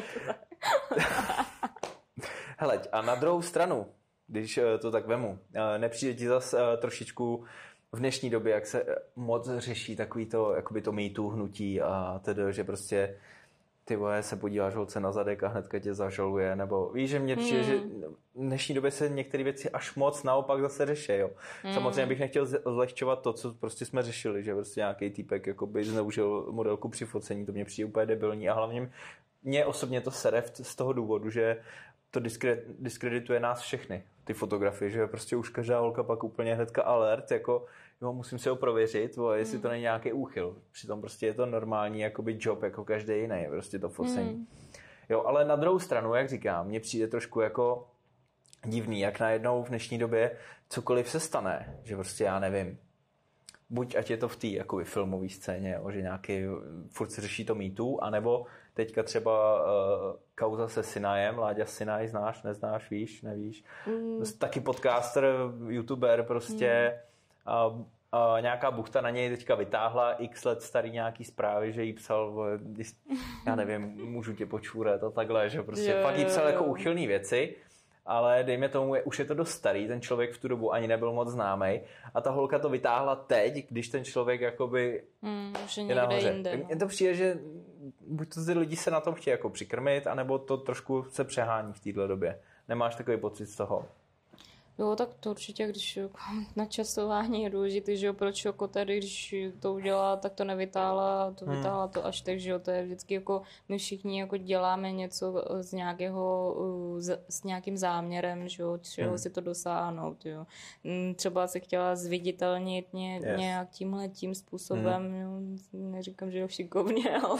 Hele, a na druhou stranu, když to tak vemu, nepřijde ti zase trošičku v dnešní době, jak se moc řeší takový to, jakoby to mýtu hnutí a tedy, že prostě ty vole, se podíváš holce na zadek a hnedka tě zažaluje, nebo víš, že mě přijde, hmm. že v dnešní době se některé věci až moc naopak zase řeší, jo. Hmm. Samozřejmě bych nechtěl zlehčovat to, co prostě jsme řešili, že prostě nějaký týpek jakoby zneužil modelku při focení, to mě přijde úplně debilní a hlavně mě osobně to sere z toho důvodu, že to diskredituje nás všechny, ty fotografie, že prostě už každá holka pak úplně hnedka alert, jako jo, musím si ho prověřit, bo, jestli mm. to není nějaký úchyl. Přitom prostě je to normální jakoby job, jako každý jiný, prostě to focení. Mm. Jo, ale na druhou stranu, jak říkám, mně přijde trošku jako divný, jak najednou v dnešní době cokoliv se stane, že prostě já nevím, buď ať je to v té jakoby filmové scéně, jo, že nějaký furt se řeší to mýtu, anebo teďka třeba uh, kauza se Sinajem, Láďa Sinaj, znáš, neznáš, víš, nevíš. Mm. Taky podcaster, youtuber prostě mm. a, a nějaká buchta na něj teďka vytáhla x let starý nějaký zprávy, že jí psal, já nevím, můžu tě počůrat a takhle, že prostě jo, fakt jí psal jo, jako úchylný věci. Ale dejme tomu, je, už je to dost starý, ten člověk v tu dobu ani nebyl moc známej a ta holka to vytáhla teď, když ten člověk jakoby mm, je nahoře. Mně no. to přijde, že buď to ty lidi se na tom chtějí jako přikrmit, anebo to trošku se přehání v této době. Nemáš takový pocit z toho? Jo, tak to určitě, když načasování je důležité, že jo, proč jako tady, když to udělá, tak to nevytáhla, to vytáhla to až tak, že jo, to je vždycky jako, my všichni jako děláme něco z nějakého, s nějakým záměrem, že jo, čeho hmm. si to dosáhnout, jo. Třeba se chtěla zviditelnit ně, yes. nějak tímhle tím způsobem, hmm. jo, neříkám, že jo, šikovně, ale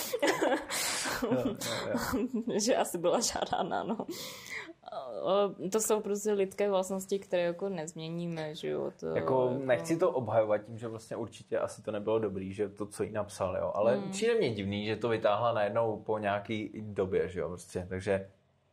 jo, jo, jo. že asi byla žádána, no. To jsou prostě lidské vlastnosti, které jako nezměníme, že jo. To, jako, jako nechci to obhajovat tím, že vlastně určitě asi to nebylo dobrý, že to, co jí napsal, jo. Ale hmm. přijde mě divný, že to vytáhla najednou po nějaký době, že jo, prostě, takže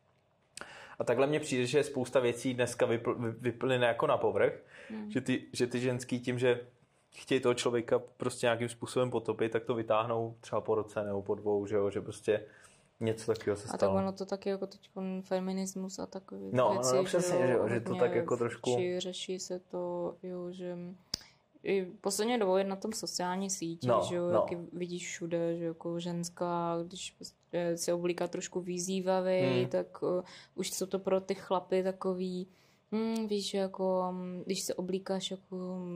a takhle mně přijde, že spousta věcí dneska vypl, vyplyne jako na povrch, hmm. že, ty, že ty ženský tím, že chtějí toho člověka prostě nějakým způsobem potopit, tak to vytáhnou třeba po roce nebo po dvou, že jo, že prostě něco takového se stalo. A tak ono to taky jako teď feminismus a takové no, věci. No, přesně, že, jo, že to tak jako trošku... Či řeší se to, jo, že i posledně dobou je na tom sociální síti, no, že jo, no. jak vidíš všude, že jako ženská, když prostě se oblíká trošku výzývavý, hmm. tak uh, už jsou to pro ty chlapy takový, hm, víš, jako, když se oblíkáš jako,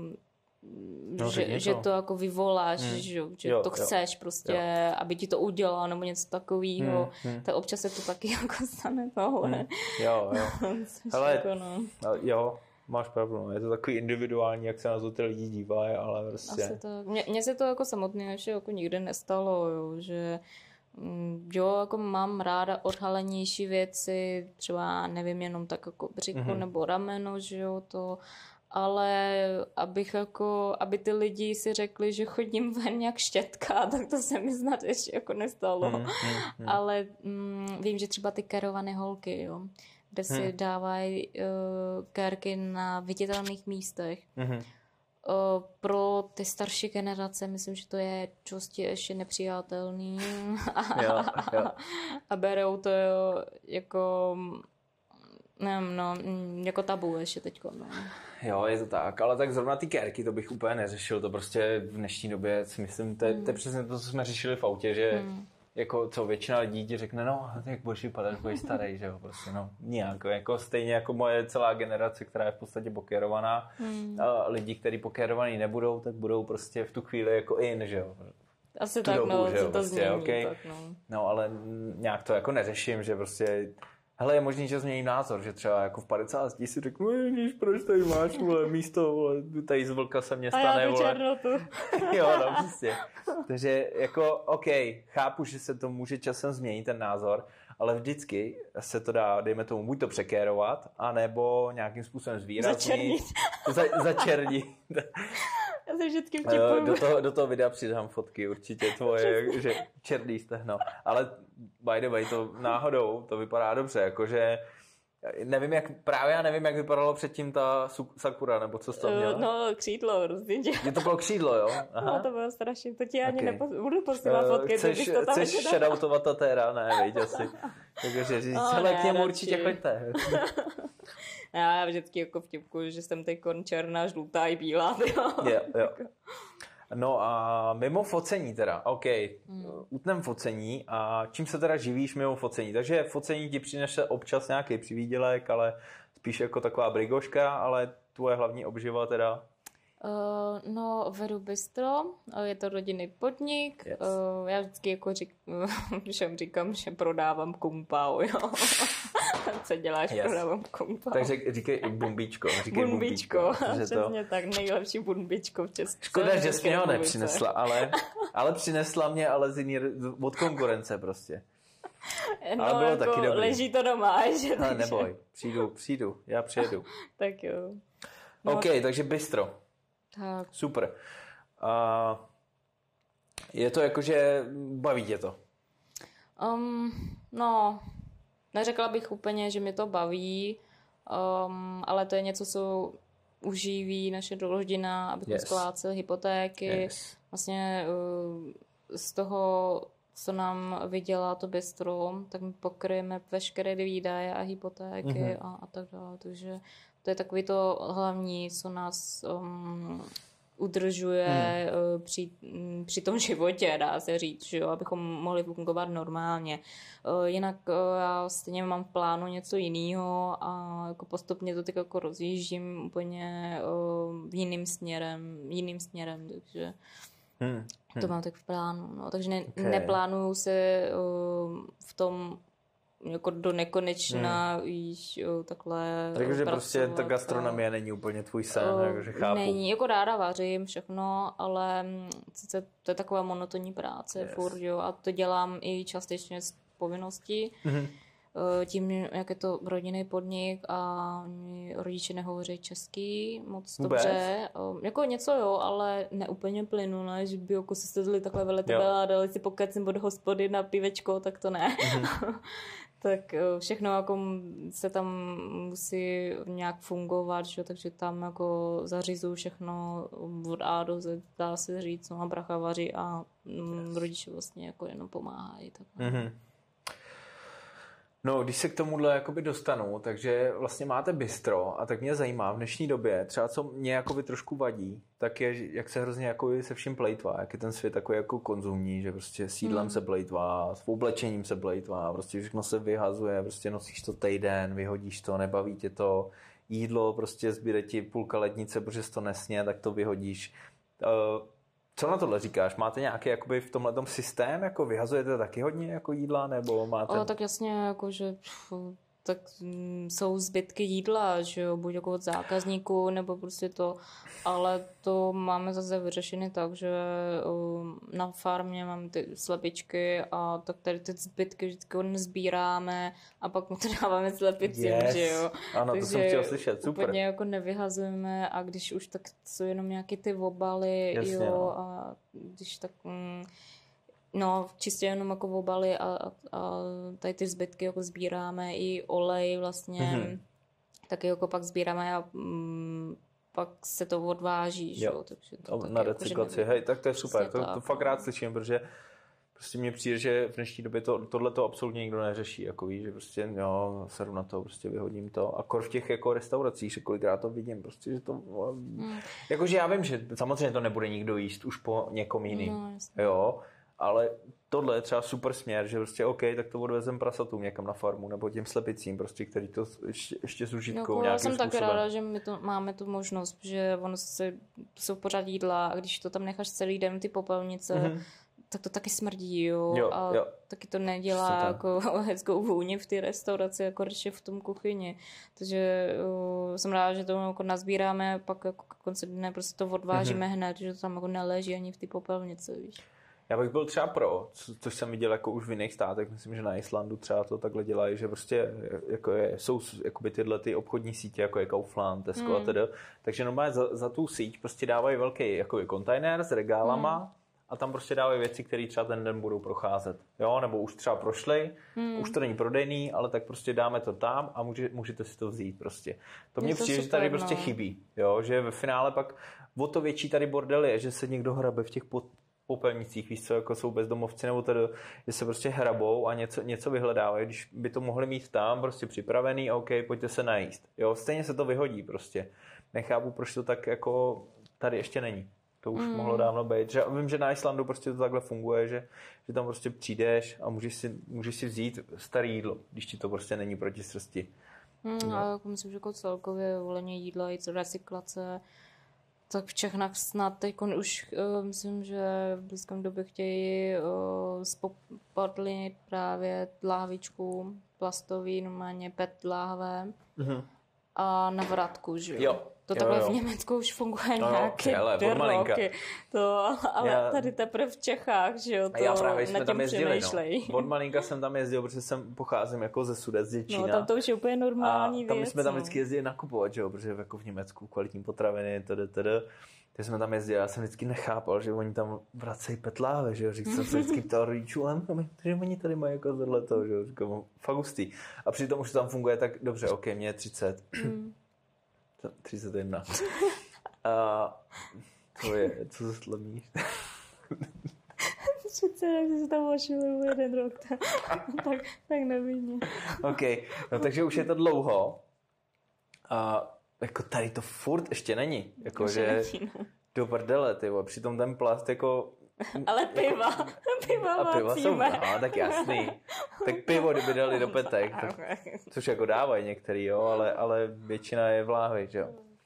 no, že, že to jako vyvoláš, hmm. že, že jo, to chceš jo. prostě, jo. aby ti to udělal, nebo něco takového, hmm. tak občas se to taky jako stane tohle. Hmm. Jo, jo. Ale, jako, no. jo. Máš pravdu, je to takový individuální, jak se na to ty lidi dívají, ale prostě... Mně se to jako samotně ještě jako nikdy nestalo, jo, že jo, jako mám ráda odhalenější věci, třeba nevím, jenom tak jako břicho mm-hmm. nebo rameno, že jo, to, ale abych jako, aby ty lidi si řekli, že chodím ven jak štětka, tak to se mi snad ještě jako nestalo, mm-hmm. ale mm, vím, že třeba ty kerované holky, jo, kde si hmm. dávají uh, kérky na viditelných místech. Hmm. Uh, pro ty starší generace myslím, že to je čosti ještě nepřijatelný. jo, jo. A berou to jako nevím, no, jako tabu ještě teďko. No. Jo, je to tak, ale tak zrovna ty kérky, to bych úplně neřešil, to prostě v dnešní době si myslím, to je, hmm. to je přesně to, co jsme řešili v autě, že hmm. jako co většina lidí ti řekne, no, jak budeš vypadat, budeš starý, že jo, prostě, no, nějak, jako stejně jako moje celá generace, která je v podstatě pokérovaná, hmm. a lidi, kteří pokérovaní nebudou, tak budou prostě v tu chvíli jako in, že jo. Asi tak, dobu, no, že jo, to prostě, změní, okay. tak, no. No, ale nějak to jako neřeším, že prostě, hele, je možný, že změním názor, že třeba jako v padesáti si řeknu, ježiš, proč tady máš, vole, místo, vole, tady z vlka se mě stane, a já tu vole. černotu. Jo, no, prostě. Takže jako, OK, chápu, že se to může časem změnit ten názor, ale vždycky se to dá, dejme tomu, buď to překérovat, anebo nějakým způsobem zvýraznit. Začernit. Za, začernit. Já se vždycky vtipuju. Do toho, do toho videa přidám fotky, určitě tvoje, že černý stehno. Ale by the way, to náhodou, to vypadá dobře, jakože nevím, jak, právě já nevím, jak vypadalo předtím ta Sakura, nebo co jsi tam měla? No, křídlo, rozděně. Je to bylo křídlo, jo? Aha. No, to bylo strašně, to ti ani okay. nebudu posílat fotky. Chceš, to tam chceš shoutoutovat Tatéra? Ne, víš, asi. Takže říct, oh, celé ne, k němu radši. Určitě choďte. Já vždycky jako vtipku, že jsem teď černá, žlutá i bílá. Jo. Jo, jo. No a mimo focení teda, OK, hmm. utnem focení a čím se teda živíš mimo focení? Takže focení ti přinese občas nějaký přivídělek, ale spíš jako taková brigoška, ale tvoje hlavní obživa teda? Uh, no, vedu bistro, je to rodinný podnik, yes. uh, já vždycky jako řík, všem říkám, že prodávám kumpao, jo. Co děláš, yes. Prodávám kumpao. Takže říkej i bumbíčko. Říkej bumbíčko, bumbíčko přesně to... tak, nejlepší bumbíčko v České. Škoda, že jsi mě ho nepřinesla, ale, ale přinesla mě, ale z jiný, od konkurence prostě. No, ale bylo jako taky dobrý. Leží to doma, že? Ale neboj, přijdu, přijdu, já přijedu. Tak jo. No, OK, takže bistro. Tak. Super. Uh, je to jako, že baví tě to? Um, no, neřekla bych úplně, že mě to baví, um, ale to je něco, co uživí naše rodina, abychom yes. spláceli hypotéky. Yes. Vlastně uh, z toho, co nám vydělá to bistro, tak my pokryjeme veškeré výdaje a hypotéky mm-hmm. a, a tak dále. Takže to je takový to hlavní, co nás um, udržuje hmm. uh, při, um, při tom životě, dá se říct, že jo, abychom mohli fungovat normálně. Uh, jinak uh, já stejně mám v plánu něco jiného a jako postupně to tak jako rozjíždím úplně uh, jiným směrem, jiným směrem, takže hmm. Hmm. to mám tak v plánu. No. Takže ne, okay. neplánuju se uh, v tom jako do nekonečna hmm. víš, takhle takže prostě ta gastronomie a... není úplně tvůj sen, uh, jakože chápu. Není, jako ráda vařím všechno, ale sice to je taková monotonní práce yes. furt, jo, a to dělám i částečně z povinností. Mm-hmm. Tím, jak je to rodinný podnik a rodiče nehovoří česky moc Vůbec? Dobře. Jako něco jo, ale neúplně plynulé, že by jako se sedli takhle vedle tebe a dali si pokecím od hospody na pivečko, tak to ne. Mm-hmm. Tak všechno jako se tam musí nějak fungovat, že? Takže tam jako zařizuju všechno od A do Z, dá se říct, no a bracha vaří a yes. rodiče vlastně jako jenom pomáhají. Tak. Mm-hmm. No, když se k tomuhle jakoby dostanu, takže vlastně máte bistro a tak mě zajímá v dnešní době, třeba co mě jakoby trošku vadí, tak je, jak se hrozně jakoby se vším plejtvá, jak je ten svět takový jako konzumní, že prostě s jídlem hmm. se plejtvá, s oblečením se plejtvá, prostě všechno se vyhazuje, prostě nosíš to týden, vyhodíš to, nebaví tě to, jídlo, prostě zbyde ti půlka lednice, protože jsi to nesně, tak to vyhodíš. Uh, Co na tohle říkáš? Máte nějaký jakoby v tomhletom systém? Jako vyhazujete taky hodně jako jídla? Nebo máte... O, tak jasně, jako, že pff, tak mm, jsou zbytky jídla, že jo, buď jako od zákazníků, nebo prostě to, ale to máme zase vyřešené tak, že um, na farmě mám ty slepičky a tak tady ty zbytky vždycky sbíráme a pak mu to dáváme slepicím, yes. že jo. Ano, takže to jsem chtěl slyšet, super. Úplně jako nevyhazujeme a když už, tak jsou jenom nějaké ty obaly, jasně, jo, no. A když tak... Mm, no, čistě jenom jako obaly a, a, a tady ty zbytky jako sbíráme, i olej vlastně, mm-hmm. taky jako pak sbíráme a mm, pak se to odváží, že jo. Takže to na taky recyklaci, jako, hej, tak to je super, to, to fakt rád slyším, protože prostě mně přijde, že v dnešní době to, tohle to absolutně nikdo neřeší, jako víš, že prostě jo, seru na to, prostě vyhodím to. A kor v těch jako restauracích, že kolikrát to vidím, prostě, že to, mm. jakože já vím, že samozřejmě to nebude nikdo jíst už po někom jiným, no, jo. Ale tohle je třeba super směr, že prostě OK, tak to odvezem prasatům někam na farmu, nebo těm slepicím, prostě, který to ještě, ještě s užitkou no, nějakým způsobem. Já jsem tak ráda, že my to, máme tu možnost, že ono se, jsou pořád jídla a když to tam necháš celý den, ty popelnice, mm-hmm. tak to taky smrdí, jo, jo a jo. taky to nedělá jako hezkou vůni v té restauraci, jako když je v tom kuchyni. Takže uh, jsem ráda, že to jako nazbíráme, pak jako konce dne prostě to odvážíme mm-hmm. hned, že to tam jako neleží ani v té popelnici, víš. Já bych byl třeba pro, co, což jsem viděl jako už v jiných státech, myslím, že na Islandu třeba to takhle dělají, že prostě jako je, jsou jakoby tyhle ty obchodní sítě, jako je Kaufland, Tesco mm. a tedy, takže normálně za, za tu síť prostě dávají velký jakoby kontejner s regálama mm. a tam prostě dávají věci, které třeba ten den budou procházet, jo, nebo už třeba prošly, mm. už to není prodejný, ale tak prostě dáme to tam a může, můžete si to vzít prostě. To mně přijde, že tady no. prostě chybí, jo, že ve finále pak o to větší tady bordel je, že se někdo hrabe v těch pod popelnicích, víš co, jako jsou bezdomovci, nebo tedy, že se prostě hrabou a něco, něco vyhledávají, když by to mohli mít tam prostě připravený, OK, pojďte se najíst. Jo, stejně se to vyhodí prostě. Nechápu, proč to tak jako tady ještě není. To už mm. mohlo dávno být. Že, vím, že na Islandu prostě to takhle funguje, že, že tam prostě přijdeš a můžeš si, můžeš si vzít staré jídlo, když ti to prostě není proti srsti. Mm, no. A jako myslím, že jako celkově volení jídla i recyklace, tak v Čechách snad teď už uh, myslím, že v blízkém době chtějí uh, spoplatnit právě láhvičku plastový, normálně pet láhve mm-hmm. a na vratku, že jo. To takhle jo, jo. v Německu už funguje no, nějaké dvě roky. To, ale já, tady teprve v Čechách, že jo, to já právě nad tím přemýšlej. No. Od malinka jsem tam jezdil, protože jsem pocházím jako ze Sudet, z Děčína. No, tam to už je úplně normální a tam věc. jsme tam vždycky jezdili nakupovat, že jo, protože jako v Německu kvalitní potraviny, td, td. Takže jsme tam jezdili, já jsem vždycky nechápal, že oni tam vracejí petláve, že jo, říkal jsem se vždycky ptal rodičů, ale že oni tady mají jako tohleto, že jo, říkám, fakt hustý. A přitom už to tam funguje tak dobře, ok, mě je třicet. Mm. třicet jedna. A to je, co se slavníš? třicet, jak jsi tam ošil jeden rok, tak, tak, tak nevidím. Ok, no takže už je to dlouho. A jako tady to furt ještě není. Jako, ještě že není, no. Do prdele, tyvo. Přitom ten plast jako... Ale piva, jako, piva a piva jsou, no, tak jasný. Tak pivo, kdyby dali do petek, tak, což jako dávají některý, jo, ale, ale většina je v láhvi, že jo.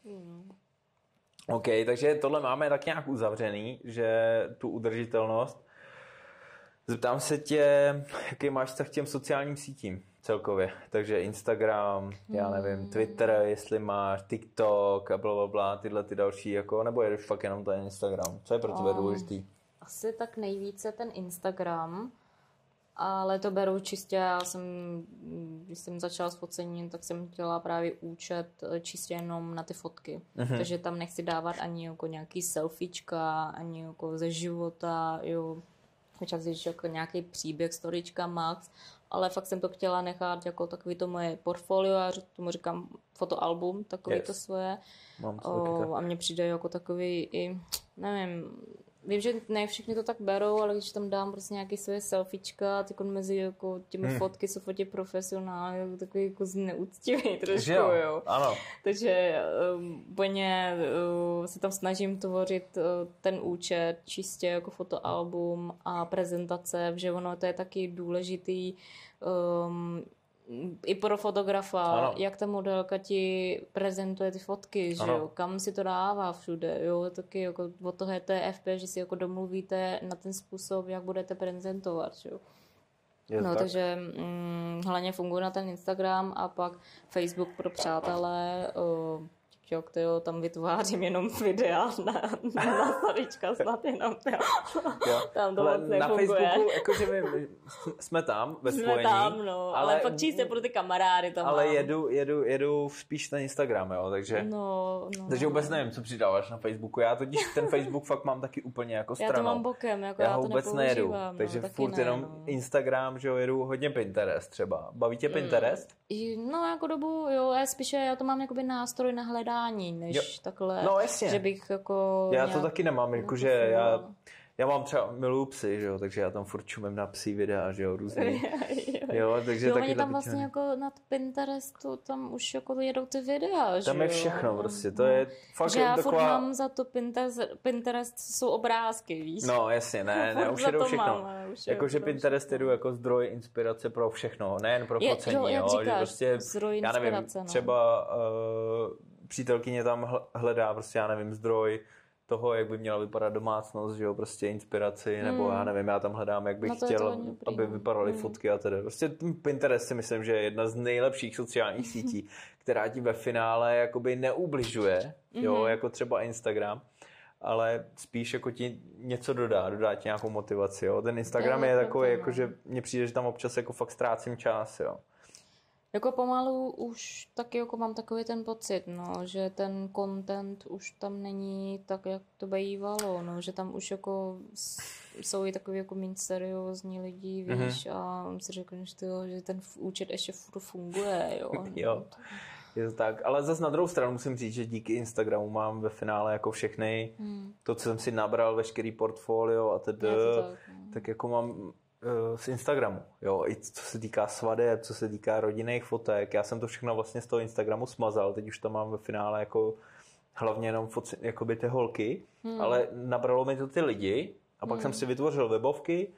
OK, takže tohle máme tak nějak uzavřený, že tu udržitelnost. Zeptám se tě, jaký máš vztah k těm sociálním sítím celkově. Takže Instagram, já nevím, Twitter, jestli máš TikTok a blablabla, tyhle ty další, jako, nebo jedeš fakt jenom ten Instagram. Co je pro tebe důležitý? Asi tak nejvíce ten Instagram, ale to beru čistě, já jsem, když jsem začala s focením, tak jsem dělala právě účet čistě jenom na ty fotky. Mm-hmm. Takže tam nechci dávat ani jako nějaký selfiečka, ani jako ze života, jo. Čas když jako nějaký příběh, storička, max, ale fakt jsem to chtěla nechat jako takový to moje portfolio, já tomu říkám fotoalbum, takový yes. to svoje. O, a mně přijde jako takový i, nevím, vím, že ne všichni to tak berou, ale když tam dám prostě nějaký své selfiečka, tak on mezi jako těmi hmm. fotky jsou fotě profesionálně, takový jako neúctivý trošku, jo. jo. Ano. Takže um, úplně uh, se tam snažím tvořit uh, ten účet čistě jako fotoalbum a prezentace, že ono to je taky důležitý um, i pro fotografa, ano. jak ta modelka ti prezentuje ty fotky, že jo, kam si to dává všude, jo, taky jako od toho je to F P, že si jako domluvíte na ten způsob, jak budete prezentovat, že jo. Je no, tak. takže hm, hlavně funguje na ten Instagram a pak Facebook pro přátelé, uh, TikTok, tyjo, tam vytvářím jenom videa na, na starička snad jenom, tyjo. Tam to moc nefunguje. Na Facebooku, jakože my jsme tam ve spojení. Jsme tam, no, ale, ale fakt čistě pro ty kamarády tam ale mám. jedu, jedu, jedu spíš na Instagram, jo, takže, no, no, takže vůbec nevím, co přidáváš na Facebooku. Já totiž ten Facebook fakt mám taky úplně jako stranou. Já to mám bokem, jako já, já ho to vůbec nejedu, no, takže furt ne, jenom no. Instagram, že jo, jedu hodně Pinterest třeba. Baví tě Pinterest? Mm. No, jako dobu, jo, já spíše, já to mám jakoby nástroj na hledání, než jo. takhle, no, jasně. že bych jako... Já to taky nemám, jakože já, já mám třeba miluju psy, že jo, takže já tam furt čumím na psí videa, že jo, různý. jo, takže jo, taky oni tam vlastně jako na Pinterestu, tam už jako jedou ty videa, že tam je všechno jo? prostě, to je fakt že já taková... furt mám za to Pinterest, Pinterest jsou obrázky, víš? No, jasně, ne, ne, už jedou všechno. Jakože Pinterest jedu jako zdroj inspirace pro všechno, nejen pro focení, jo, jo říkáš, že prostě, zdroj já nevím, no. třeba uh, přítelkyně tam hledá prostě, já nevím, zdroj toho, jak by měla vypadat domácnost, že jo, prostě inspiraci, nebo mm. já nevím, já tam hledám, jak bych no chtěl, aby vypadaly mm. fotky a tedy. Prostě Pinterest si myslím, že je jedna z nejlepších sociálních sítí, která ti ve finále jakoby neubližuje, mm. jo, jako třeba Instagram, ale spíš jako ti něco dodá, dodá ti nějakou motivaci, jo. Ten Instagram je, je takový, jako, že mně přijde, že tam občas jako fakt ztrácím čas, jo. Jako pomalu už taky jako mám takový ten pocit, no, že ten content už tam není tak, jak to bývalo, no, že tam už jako jsou i takový jako méně seriózní lidi, víš, mm-hmm. a si řekneš, tyjo, že ten účet ještě furt funguje, jo. jo, je to tak, ale zase na druhou stranu musím říct, že díky Instagramu mám ve finále jako všechny, mm. to, co jsem si nabral, veškerý portfolio a tedy, tak, no. tak jako mám z Instagramu, jo, i co se týká svadeb, co se týká rodinných fotek, já jsem to všechno vlastně z toho Instagramu smazal, teď už tam mám ve finále jako hlavně jenom foci, jakoby ty holky, hmm. ale nabralo mi to ty lidi a pak hmm. jsem si vytvořil webovky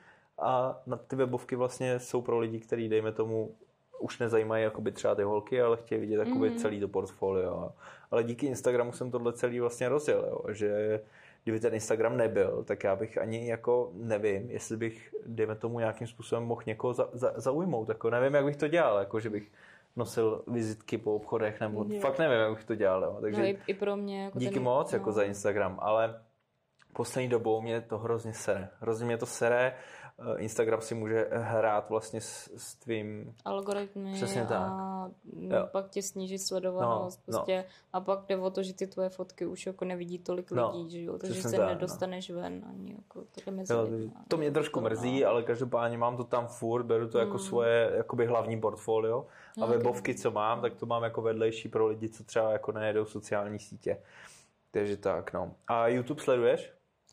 a na ty webovky vlastně jsou pro lidi, kteří dejme tomu už nezajímají jakoby třeba ty holky, ale chtějí vidět jakoby hmm. celý to portfolio. Ale díky Instagramu jsem tohle celý vlastně rozjel, jo, že kdyby ten Instagram nebyl, tak já bych ani jako nevím, jestli bych, dejme tomu, nějakým způsobem mohl někoho za, za, zaujmout. Jako nevím, jak bych to dělal, jako že bych nosil vizitky po obchodech, nebo jo. fakt nevím, jak bych to dělal. Jo. Takže no i, i pro mě. Jako díky ten, moc no. jako za Instagram, ale poslední dobou mě to hrozně sere. Hrozně mě to sere. Instagram si může hrát vlastně s, s tvým algoritmy přesně tak. A pak tě sníží sledovanost no, prostě no. a pak jde o to, že ty tvoje fotky už jako nevidí tolik no, lidí, že jo? Takže se tak, nedostaneš no. ven ani jako takhle mezi jo, lidmi. To mě trošku mrzí, no. ale každopádně mám to tam furt, beru to mm. jako svoje jakoby hlavní portfolio a okay. webovky, co mám, tak to mám jako vedlejší pro lidi, co třeba jako nejedou sociální sítě. Takže tak, no. A YouTube sleduješ?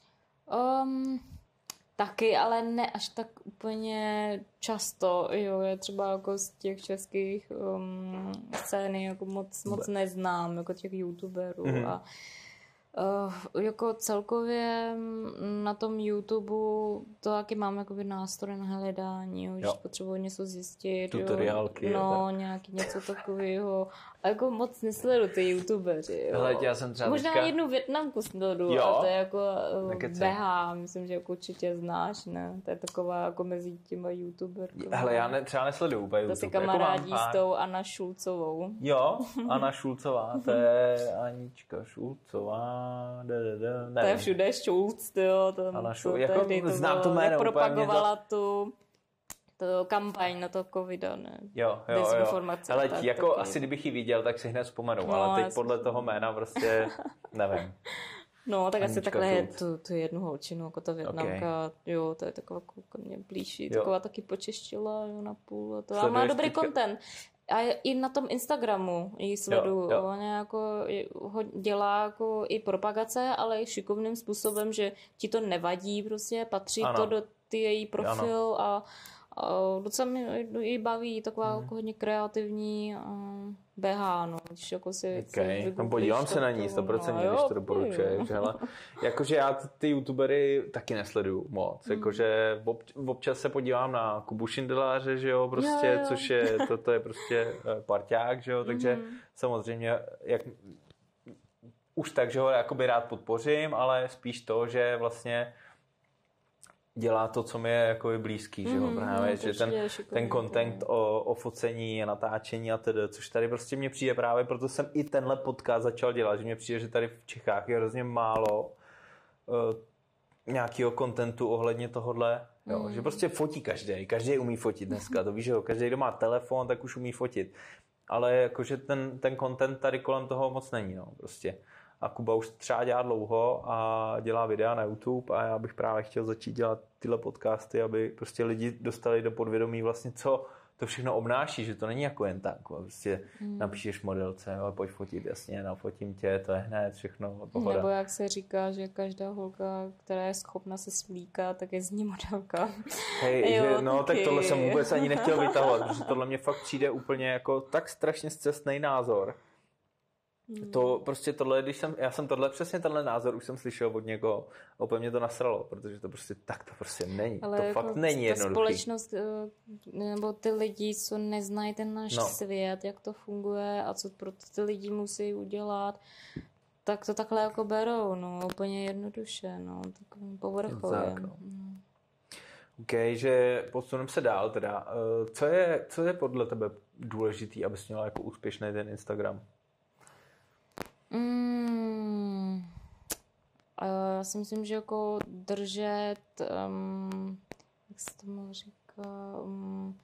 Um... Taky, ale ne až tak úplně často, jo, je třeba jako z těch českých um, scény jako moc, moc neznám, jako těch youtuberů mm-hmm. a uh, jako celkově na tom YouTube to taky mám jakoby nástroj na hledání, jo, když potřebuji něco zjistit, tutoriálky, jo, no, nějaký něco takového a jako moc nesledu ty youtubeři, jo. Hele, já jsem třeba možná teďka... jednu Vietnamku sledu, a to je jako uh, Beha, myslím, že jako určitě znáš, ne? To je taková jako mezi těma youtuberkami. Hele, já ne, třeba nesleduju úplně YouTube. To si kamarádí jako s tou Anna Šulcovou. Jo, Anna Šulcová, to je Anička Šulcová. Da, da, da, to je všude Šulc, jo. Anna Šulc, jako znám to jméno. Propagovala to... tu to kampaň na to covida, ne? Jo, jo, jo. Ale tak, jako taky... asi kdybych ji viděl, tak si hned vzpomenu, no, ale teď podle toho jména prostě nevím. No, tak Anička asi takhle je tu, tu jednu holčinu, jako ta Vietnamka, okay. jo, to je taková mě blížší, jo. Taková taky počeštila, jo, na půl a to. A má dobrý content. A i na tom Instagramu ji sleduju. Jo, jo. On jako ho dělá jako i propagace, ale i šikovným způsobem, že ti to nevadí, prostě patří ano. to do ty její profil ano. a, a docela mi ji baví, taková hmm. jako hodně kreativní bé há, no. Když jako si, okay. si no, podívám se na ní, sto procent, když to doporučuješ. Jakože já ty youtubery taky nesleduju moc. Hmm. Jakože ob, občas se podívám na Kubu Šindeláře, že jo, prostě, jo, jo. což je, to, to je prostě parťák, že jo, takže hmm. samozřejmě, jak už tak, že ho jakoby rád podpořím, ale spíš to, že vlastně dělá to, co mi je jako blízký, mm, že jo, právě, no, že ten, ten content o, o focení a natáčení a tedy, což tady prostě mně přijde právě, proto jsem i tenhle podcast začal dělat, že mně přijde, že tady v Čechách je hrozně málo uh, nějakého contentu ohledně tohodle, jo, mm. že prostě fotí každý, každý umí fotit dneska, to víš, že jo, každý, kdo má telefon, tak už umí fotit, ale jakože ten, ten content tady kolem toho moc není, no, prostě. A Kuba už třeba dělá dlouho a dělá videa na YouTube a já bych právě chtěl začít dělat tyhle podcasty, aby prostě lidi dostali do podvědomí vlastně, co to všechno obnáší, že to není jako jen tak. Prostě hmm. napíšeš modelce, ale pojď fotit, jasně, nafotím tě, to je hned všechno pohoda. Nebo jak se říká, že každá holka, která je schopna se svlíkat, tak je z ní modelka. Hej, jo, že, no taky. Tak tohle jsem vůbec ani nechtěl vytahovat, protože tohle mě fakt přijde úplně jako tak strašně scestný názor. To prostě tohle, když jsem, já jsem tohle, přesně tenhle názor už jsem slyšel od někoho a úplně mě to nasralo, protože to prostě tak to prostě není. Ale to jako fakt není jednoduchý. Společnost, nebo ty lidi, co neznají ten náš no. svět, jak to funguje a co pro ty lidi musí udělat, tak to takhle jako berou, no, úplně jednoduše, no, takovým povrchově. No. OK, že posuneme se dál teda. Co je, co je podle tebe důležitý, abys měla jako úspěšný ten Instagram? Mm, já si myslím, že jako držet, um, jak se tomu říká, um,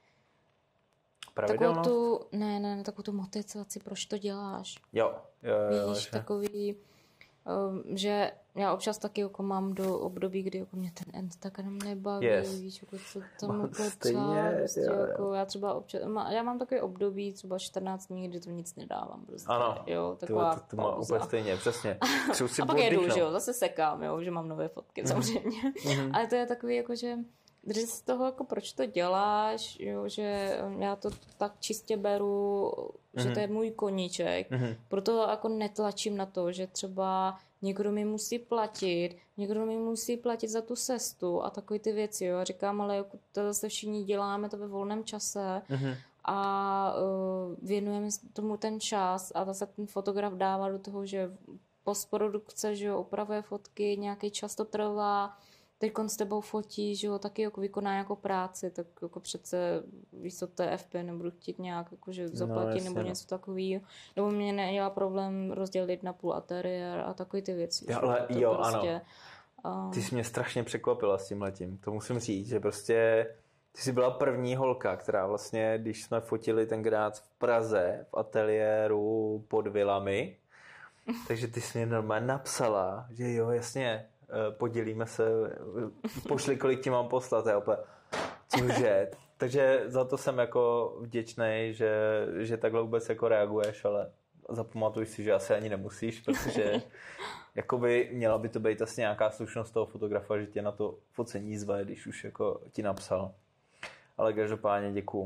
takovou tu, ne, ne, ne, takovou tu motivaci, proč to děláš. Jo, jo, jo. Víš, jo, takový, um, že já občas taky jako mám do období, kdy jako mě ten Instagram nebaví, yes. víš, jako co tam jako stejně, prostě jo, jo. jako já třeba občas, já mám takové období, třeba čtrnáct dní, kdy to nic nedávám prostě, ano, jo, taková to, to, to má úplně stejně, přesně. A pak jedu, že jo, zase sekám, jo, že mám nové fotky, samozřejmě, mm-hmm. ale to je takový jako, že drží z toho, jako proč to děláš, jo, že já to tak čistě beru, mm-hmm. že to je můj koníček, mm-hmm. proto jako netlačím na to, že třeba někdo mi musí platit, někdo mi musí platit za tu cestu a takové ty věci, jo, a říkám, ale jako to zase všichni děláme to ve volném čase mm-hmm. a uh, věnujeme tomu ten čas a zase ten fotograf dává do toho, že postprodukce, že jo, opravuje fotky, nějaký čas to trvá, teď s tebou fotí, že jo, taky jako vykoná jako práci, tak jako přece víš co, to je ef pé, nebudu chtít nějak jakože zaplatit no, nebo něco takového. Nebo mě nedělá problém rozdělit na půl ateliér a takový ty věci. Jo, ale jo, prostě, ano. Ty jsi mě strašně překvapila s tímhletím. To musím říct, že prostě ty jsi byla první holka, která vlastně, když jsme fotili tenkrát v Praze, v ateliéru pod vilami, takže ty jsi mě normálně napsala, že jo, jasně, podělíme se, pošli, kolik ti mám poslat, je opět, cože. Takže za to jsem jako vděčnej, že, že takhle vůbec jako reaguješ, ale zapamatuj si, že asi ani nemusíš, protože jakoby měla by to být asi nějaká slušnost toho fotografa, že tě na to focení zve, když už jako ti napsal. Ale každopádně děkuju.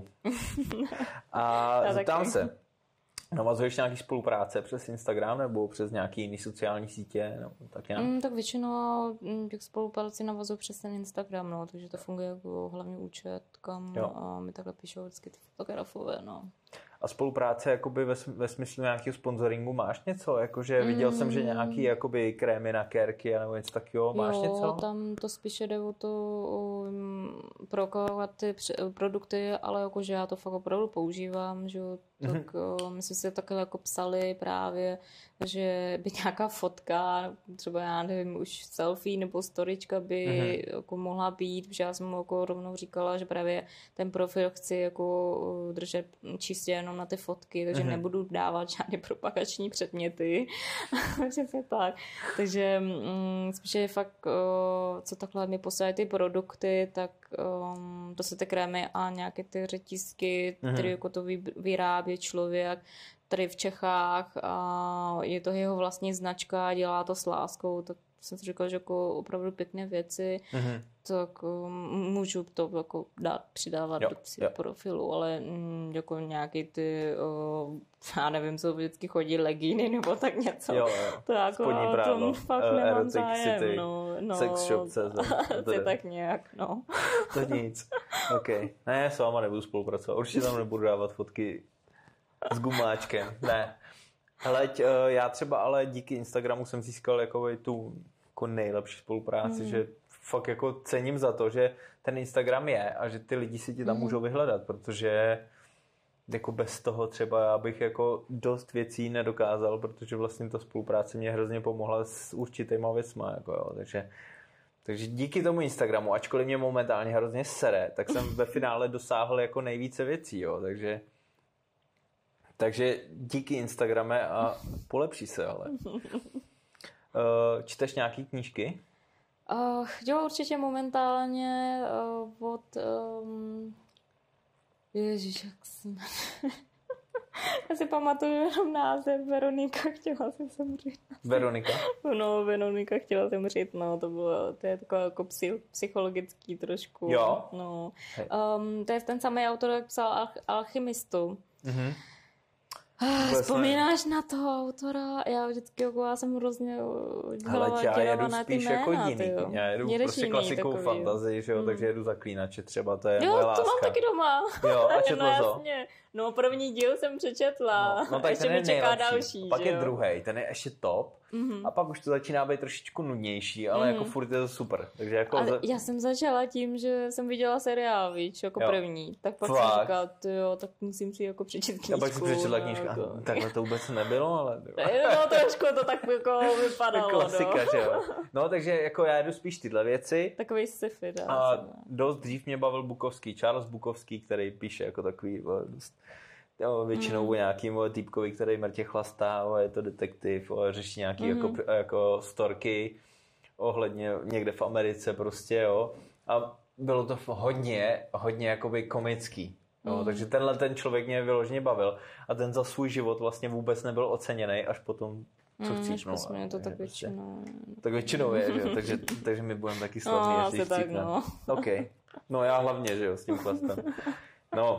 A zeptám se, navazuješ nějaký spolupráce přes Instagram nebo přes nějaký jiný sociální sítě? Nebo tak, nějak? Mm, tak většinou těch spolupráci navazuju přes ten Instagram, no, takže to funguje jako hlavní účet, kam jo. a mi takhle píšou vždycky ty fotografové, no. A spolupráce jakoby ve, ve smyslu nějakého sponzoringu máš něco? Jakože viděl mm. jsem, že nějaký jakoby krémy na kérky nebo něco takového. Máš jo, něco? Tam to spíše jde o to um, prokovat ty produkty, ale jakože já to fakt opravdu používám, že jo. Tak mm-hmm. my jsme si takhle jako psali právě, že by nějaká fotka, třeba já nevím, už selfie nebo storička by mm-hmm. jako mohla být, protože já jsem mu jako rovnou říkala, že právě ten profil chci jako držet čistě čistě jenom na ty fotky, takže mm-hmm. nebudu dávat žádné propagační předměty. Přesně tak. Takže mm, spíš je fakt, uh, co takhle mi posílají ty produkty, tak um, to jsou ty krémy a nějaké ty řetízky, mm-hmm. které jako to vyrábí člověk tady v Čechách a je to jeho vlastní značka, dělá to s láskou, tak jsem si říkala, že jako opravdu pěkné věci, mm-hmm. tak um, můžu to jako dát, přidávat jo, do svého profilu, ale mm, jako nějaký ty, uh, já nevím, co vždycky chodí legíny nebo tak něco. Jo, jo. To jako spodní právo, tom fakt uh, nemám zájem. No, no, sex shop C Z. Asi tak nějak, no. To nic. OK. Ne, s váma nebudu spolupracovat. Určitě tam nebudu dávat fotky s gumáčkem. Ne. Hleď, já třeba ale díky Instagramu jsem získal jako tu jako nejlepší spolupráci, mm. že fakt jako cením za to, že ten Instagram je a že ty lidi si ti tam mm. můžou vyhledat, protože jako bez toho třeba já bych jako dost věcí nedokázal, protože vlastně ta spolupráce mě hrozně pomohla s určitýma věcma, jako jo, takže takže díky tomu Instagramu, ačkoliv mě momentálně hrozně sere, tak jsem ve finále dosáhl jako nejvíce věcí, jo, takže Takže díky Instagrame a polepší se, ale. Čteš nějaký knížky? Uh, jo, určitě momentálně uh, od... Um... Ježiš, jak jsem... Já si pamatuju jenom název Veronika, chtěla jsem zemřít. Veronika? No, Veronika chtěla zemřít, no, to bylo, to je takové jako psy, psychologický trošku. Jo? No. Um, to je ten samý autor, jak psal Al- Alchymistu. Mhm. Vzpomínáš na toho autora? Já vždycky, jako já jsem hrozně dělala já jedu spíš jména, jako jiný. Já jedu Jedeš prostě klasikou takový, fantazii, že jo, mm. takže jedu Zaklínače třeba, to je jo, moje láska. Jo, to mám taky doma. Jo, a četla no, to? Jasně. No, první díl jsem přečetla. No, no tak ještě ten je mi čeká nejlepší. další. Pak že je jo? druhej, ten je ještě top. Mm-hmm. A pak už to začíná být trošičku nudnější, ale mm-hmm. jako furt je to super. Takže jako ale za... já jsem začala tím, že jsem viděla seriál, víš, jako jo. první. Tak pak Fakt? jsem říkala, jo, tak musím si jako přečíst knížku. A pak si přečetla knížku. Jako... Takhle to vůbec nebylo, ale... no, trošku to tak jako vypadalo. Klasika, no. že jo. No, takže jako já jedu spíš tyhle věci. Takový sci-fi, dá A se, dost dřív mě bavil Bukovský, Charles Bukovský, který píše jako takový dost... Jo, většinou mm. nějaký můj týpkovi, který mrtě chlastá, o, je to detektiv, o, řeší nějaký mm. jako, jako storky ohledně někde v Americe prostě, jo. A bylo to hodně, hodně jakoby komický. Jo, mm. Takže tenhle ten člověk mě vyloženě bavil a ten za svůj život vlastně vůbec nebyl oceněný až potom, co mm, chcípnou. No, to tak většinou. Tak většinou je, že jo, takže, takže my budeme taky slavný, no, až když tak, no. OK. No já hlavně, že jo, s tím chlastem. No.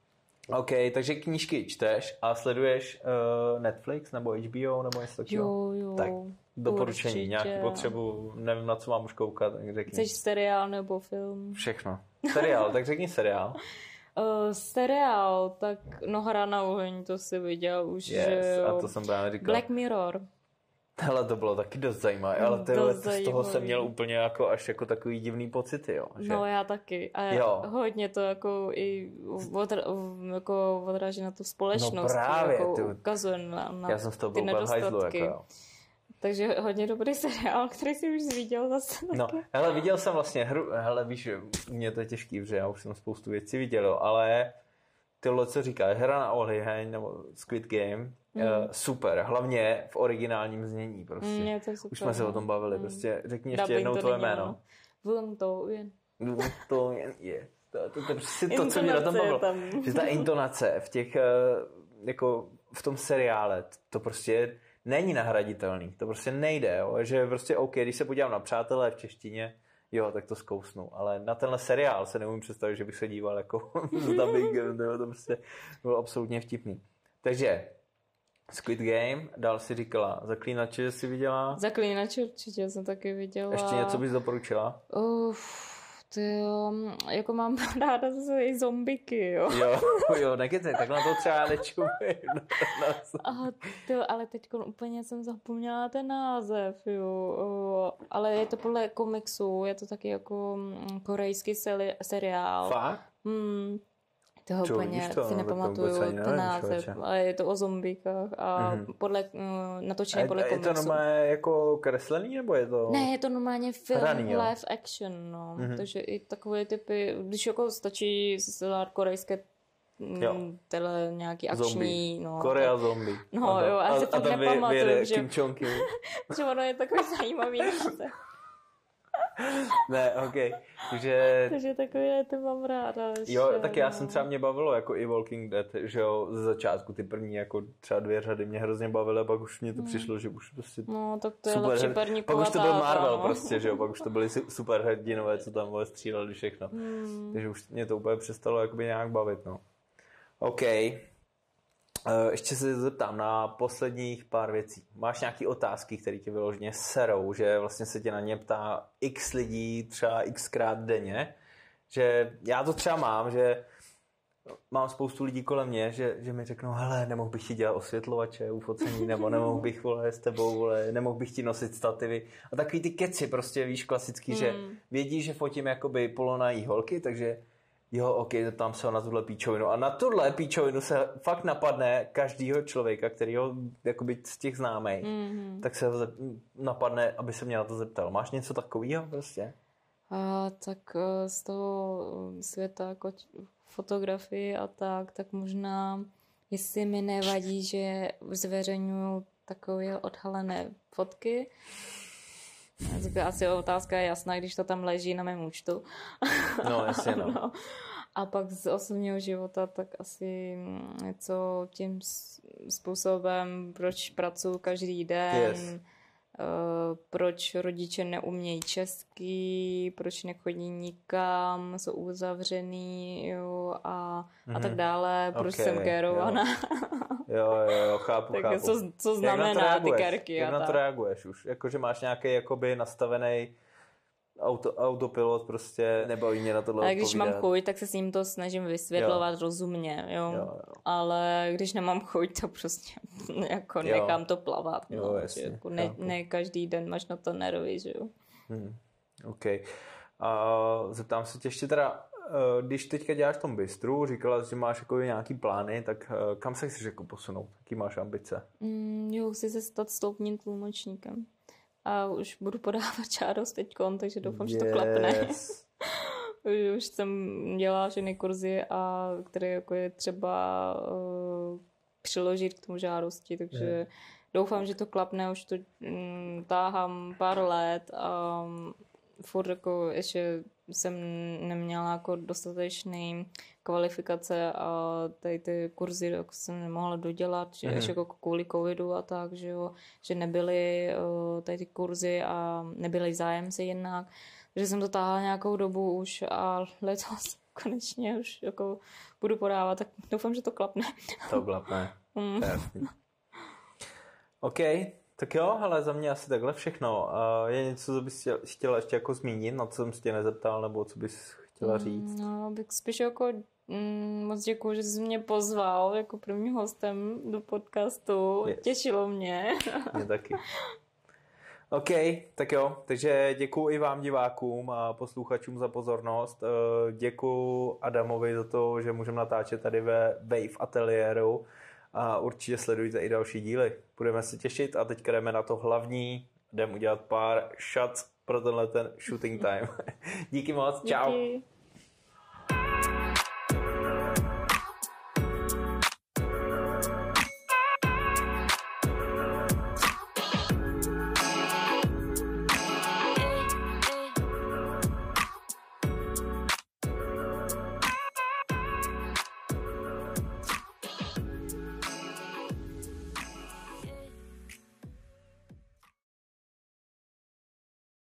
OK, takže knížky čteš a sleduješ uh, Netflix nebo H B O nebo něco takového? Jo, jo. Tak doporučení, určitě. Nějaký potřebu, nevím, na co mám už koukat, tak řekni. Chceš seriál nebo film? Všechno. Seriál, tak řekni seriál. Uh, seriál, tak no Hra na oheň, to si viděl už, yes, že jo. A to jsem právě říkal. Black Mirror. Hele, to bylo taky dost zajímavé, ale tyhle, z toho jsem měl úplně jako až jako takový divný pocity, jo. Že... No já taky. A jo. hodně to jako i odra, jako odráží na tu společnost. No právě. Jako ty... ukazuje na, na já jsem z toho ty nedostatky. Hajzlu, jako, jo. Takže hodně dobrý seriál, který jsi už viděl zase. No, hele, viděl jsem vlastně hru, hele, víš, mě to je těžký, protože já už jsem spoustu věcí viděl, ale tyhle, co říkáš, Hra na oheň nebo Squid Game, mm. uh, super, hlavně v originálním znění, prostě. Mm, je to super, už jsme se o tom bavili, mm. prostě řekni ještě Dubbing jednou tvoje jméno. Vům to jen. Vům to jen je. To, to, to, prostě to, co mě na tom bavilo. Tam. Že ta intonace v těch, uh, jako v tom seriále, to prostě není nahraditelný, to prostě nejde, jo? Že prostě OK, když se podívám na Přátelé v češtině, jo, tak to zkousnu, ale na tenhle seriál se neumím představit, že bych se díval jako s dubbingem, to prostě bylo absolutně vtipný. Takže Squid Game, dál si říkala Zaklínače, že jsi viděla? Zaklínače určitě jsem taky viděla. Ještě něco bys doporučila? Uf, tyjo, jako mám ráda zase i zombiky, jo. Jo, jo, nekecej, tak na to třeba nečumím. Ale teď úplně jsem zapomněla ten název, jo. Ale je to podle komiksu, je to taky jako korejský seri- seriál. Fakt? Hmm. Toho Čo, úplně to, si no, nepamatuju nevím, ten název, ale je to o zombíkách a mm-hmm. podle, uh, natočené podle komiksu. Je to normálně jako kreslený, nebo je to... Ne, je to normálně film, hraný, live action, no. Mm-hmm. Takže i takové typy, když jako stačí dát korejské tyhle nějaký akční... Zombie. No, Korea zombie. No a jo, a, a tam nepamatuju, že... Kim Jong-il. že ono je takový zajímavý. Ne, ok. Takže... Takže takové to mám ráda. Jo, tak já no. jsem třeba mě bavilo jako i Walking Dead, že jo, ze začátku ty první jako třeba dvě řady mě hrozně bavily a pak už mě to hmm. přišlo, že už prostě no, tak to je lepší Pak už to byl Marvel no. prostě, že jo, pak už to byly super hrdinové, co tam vole stříleli všechno. Hmm. Takže už mě to úplně přestalo jakoby nějak bavit, no. OK. Ještě se zeptám na posledních pár věcí. Máš nějaké otázky, které tě vyloženě serou, že vlastně se tě na ně ptá x lidí třeba xkrát denně? Že já to třeba mám, že mám spoustu lidí kolem mě, že, že mi řeknou, hele, nemohl bych ti dělat osvětlovače u focení, nebo nemohl bych, vole, s tebou, vole, nemohl bych ti nosit stativy. A takový ty keci prostě, víš, klasický, mm. že vědí, že fotím jakoby polonají holky, takže jo, ok, zeptám se na tuhle píčovinu. A na tuhle píčovinu se fakt napadne každýho člověka, kterýho jakoby z těch známých, mm-hmm. tak se napadne, aby se mě na to zeptal. Máš něco takového prostě? A, tak z toho světa jako fotografii a tak, tak možná, jestli mi nevadí, že zveřejňuju takové odhalené fotky. Asi otázka je jasná, když to tam leží na mém účtu. No, jasně, no. no. A pak z osobního života, tak asi něco tím způsobem, proč pracuji každý den, yes. Uh, proč rodiče neumějí česky, proč nechodí nikam, jsou uzavřený, jo, a, mm-hmm. a tak dále, proč okay, jsem kérovaná. Jo, jo, jo, chápu, tak chápu. Co, co znamená ty kerky. Jak a na tak. to reaguješ už? Jakože máš nějaký jakoby nastavený auto, autopilot, prostě nebaví mě na tohle Ale když odpovídat. mám chuť, tak se s ním to snažím vysvětlovat jo. rozumně, jo? Jo, jo. Ale když nemám chuť, to prostě jako jo. nechám to plavat. Jo, no. jasně, jako ne, ne každý den máš na to nervy, že jo. Hmm. OK. A zeptám se tě ještě teda, když teďka děláš v tom bistru, říkala, že máš jako nějaký plány, tak kam se chceš jako posunout? Jaký máš ambice? Mm, jo, chci se stát stoupním tlumočníkem. A už budu podávat žádost teďkon, takže doufám, yes. že to klapne. Už jsem dělala všechny kurzy, a které jako je třeba uh, přiložit k tomu žádosti, takže yeah. doufám, že to klapne. Už to um, táhám pár let a um, furt jako ještě jsem neměla jako dostatečný kvalifikace a tady ty kurzy jako jsem nemohla dodělat, že mm. ještě jako kvůli covidu a tak, že jo, že nebyly uh, tady ty kurzy a nebyly zájemci jednak, že jsem to táhla nějakou dobu už a letos konečně už jako budu podávat, tak doufám, že to klapne. To klapne. Mm. OK. Tak jo, ale za mě asi takhle všechno. Uh, je něco, co bys chtěla ještě jako zmínit, na co jsem se tě nezeptal, nebo co bys chtěla říct? No, bych spíš jako mm, moc děkuju, že jsi mě pozval jako prvním hostem do podcastu. Yes. Těšilo mě. Mě taky. OK, tak jo, takže děkuju i vám divákům a posluchačům za pozornost. Uh, děkuju Adamovi za to, že můžeme natáčet tady ve Wave ateliéru. A určitě sledujte i další díly. Budeme se těšit a teďka jdeme na to hlavní. Jdeme udělat pár shots pro tenhle ten shooting time. Díky moc, čau. Díky.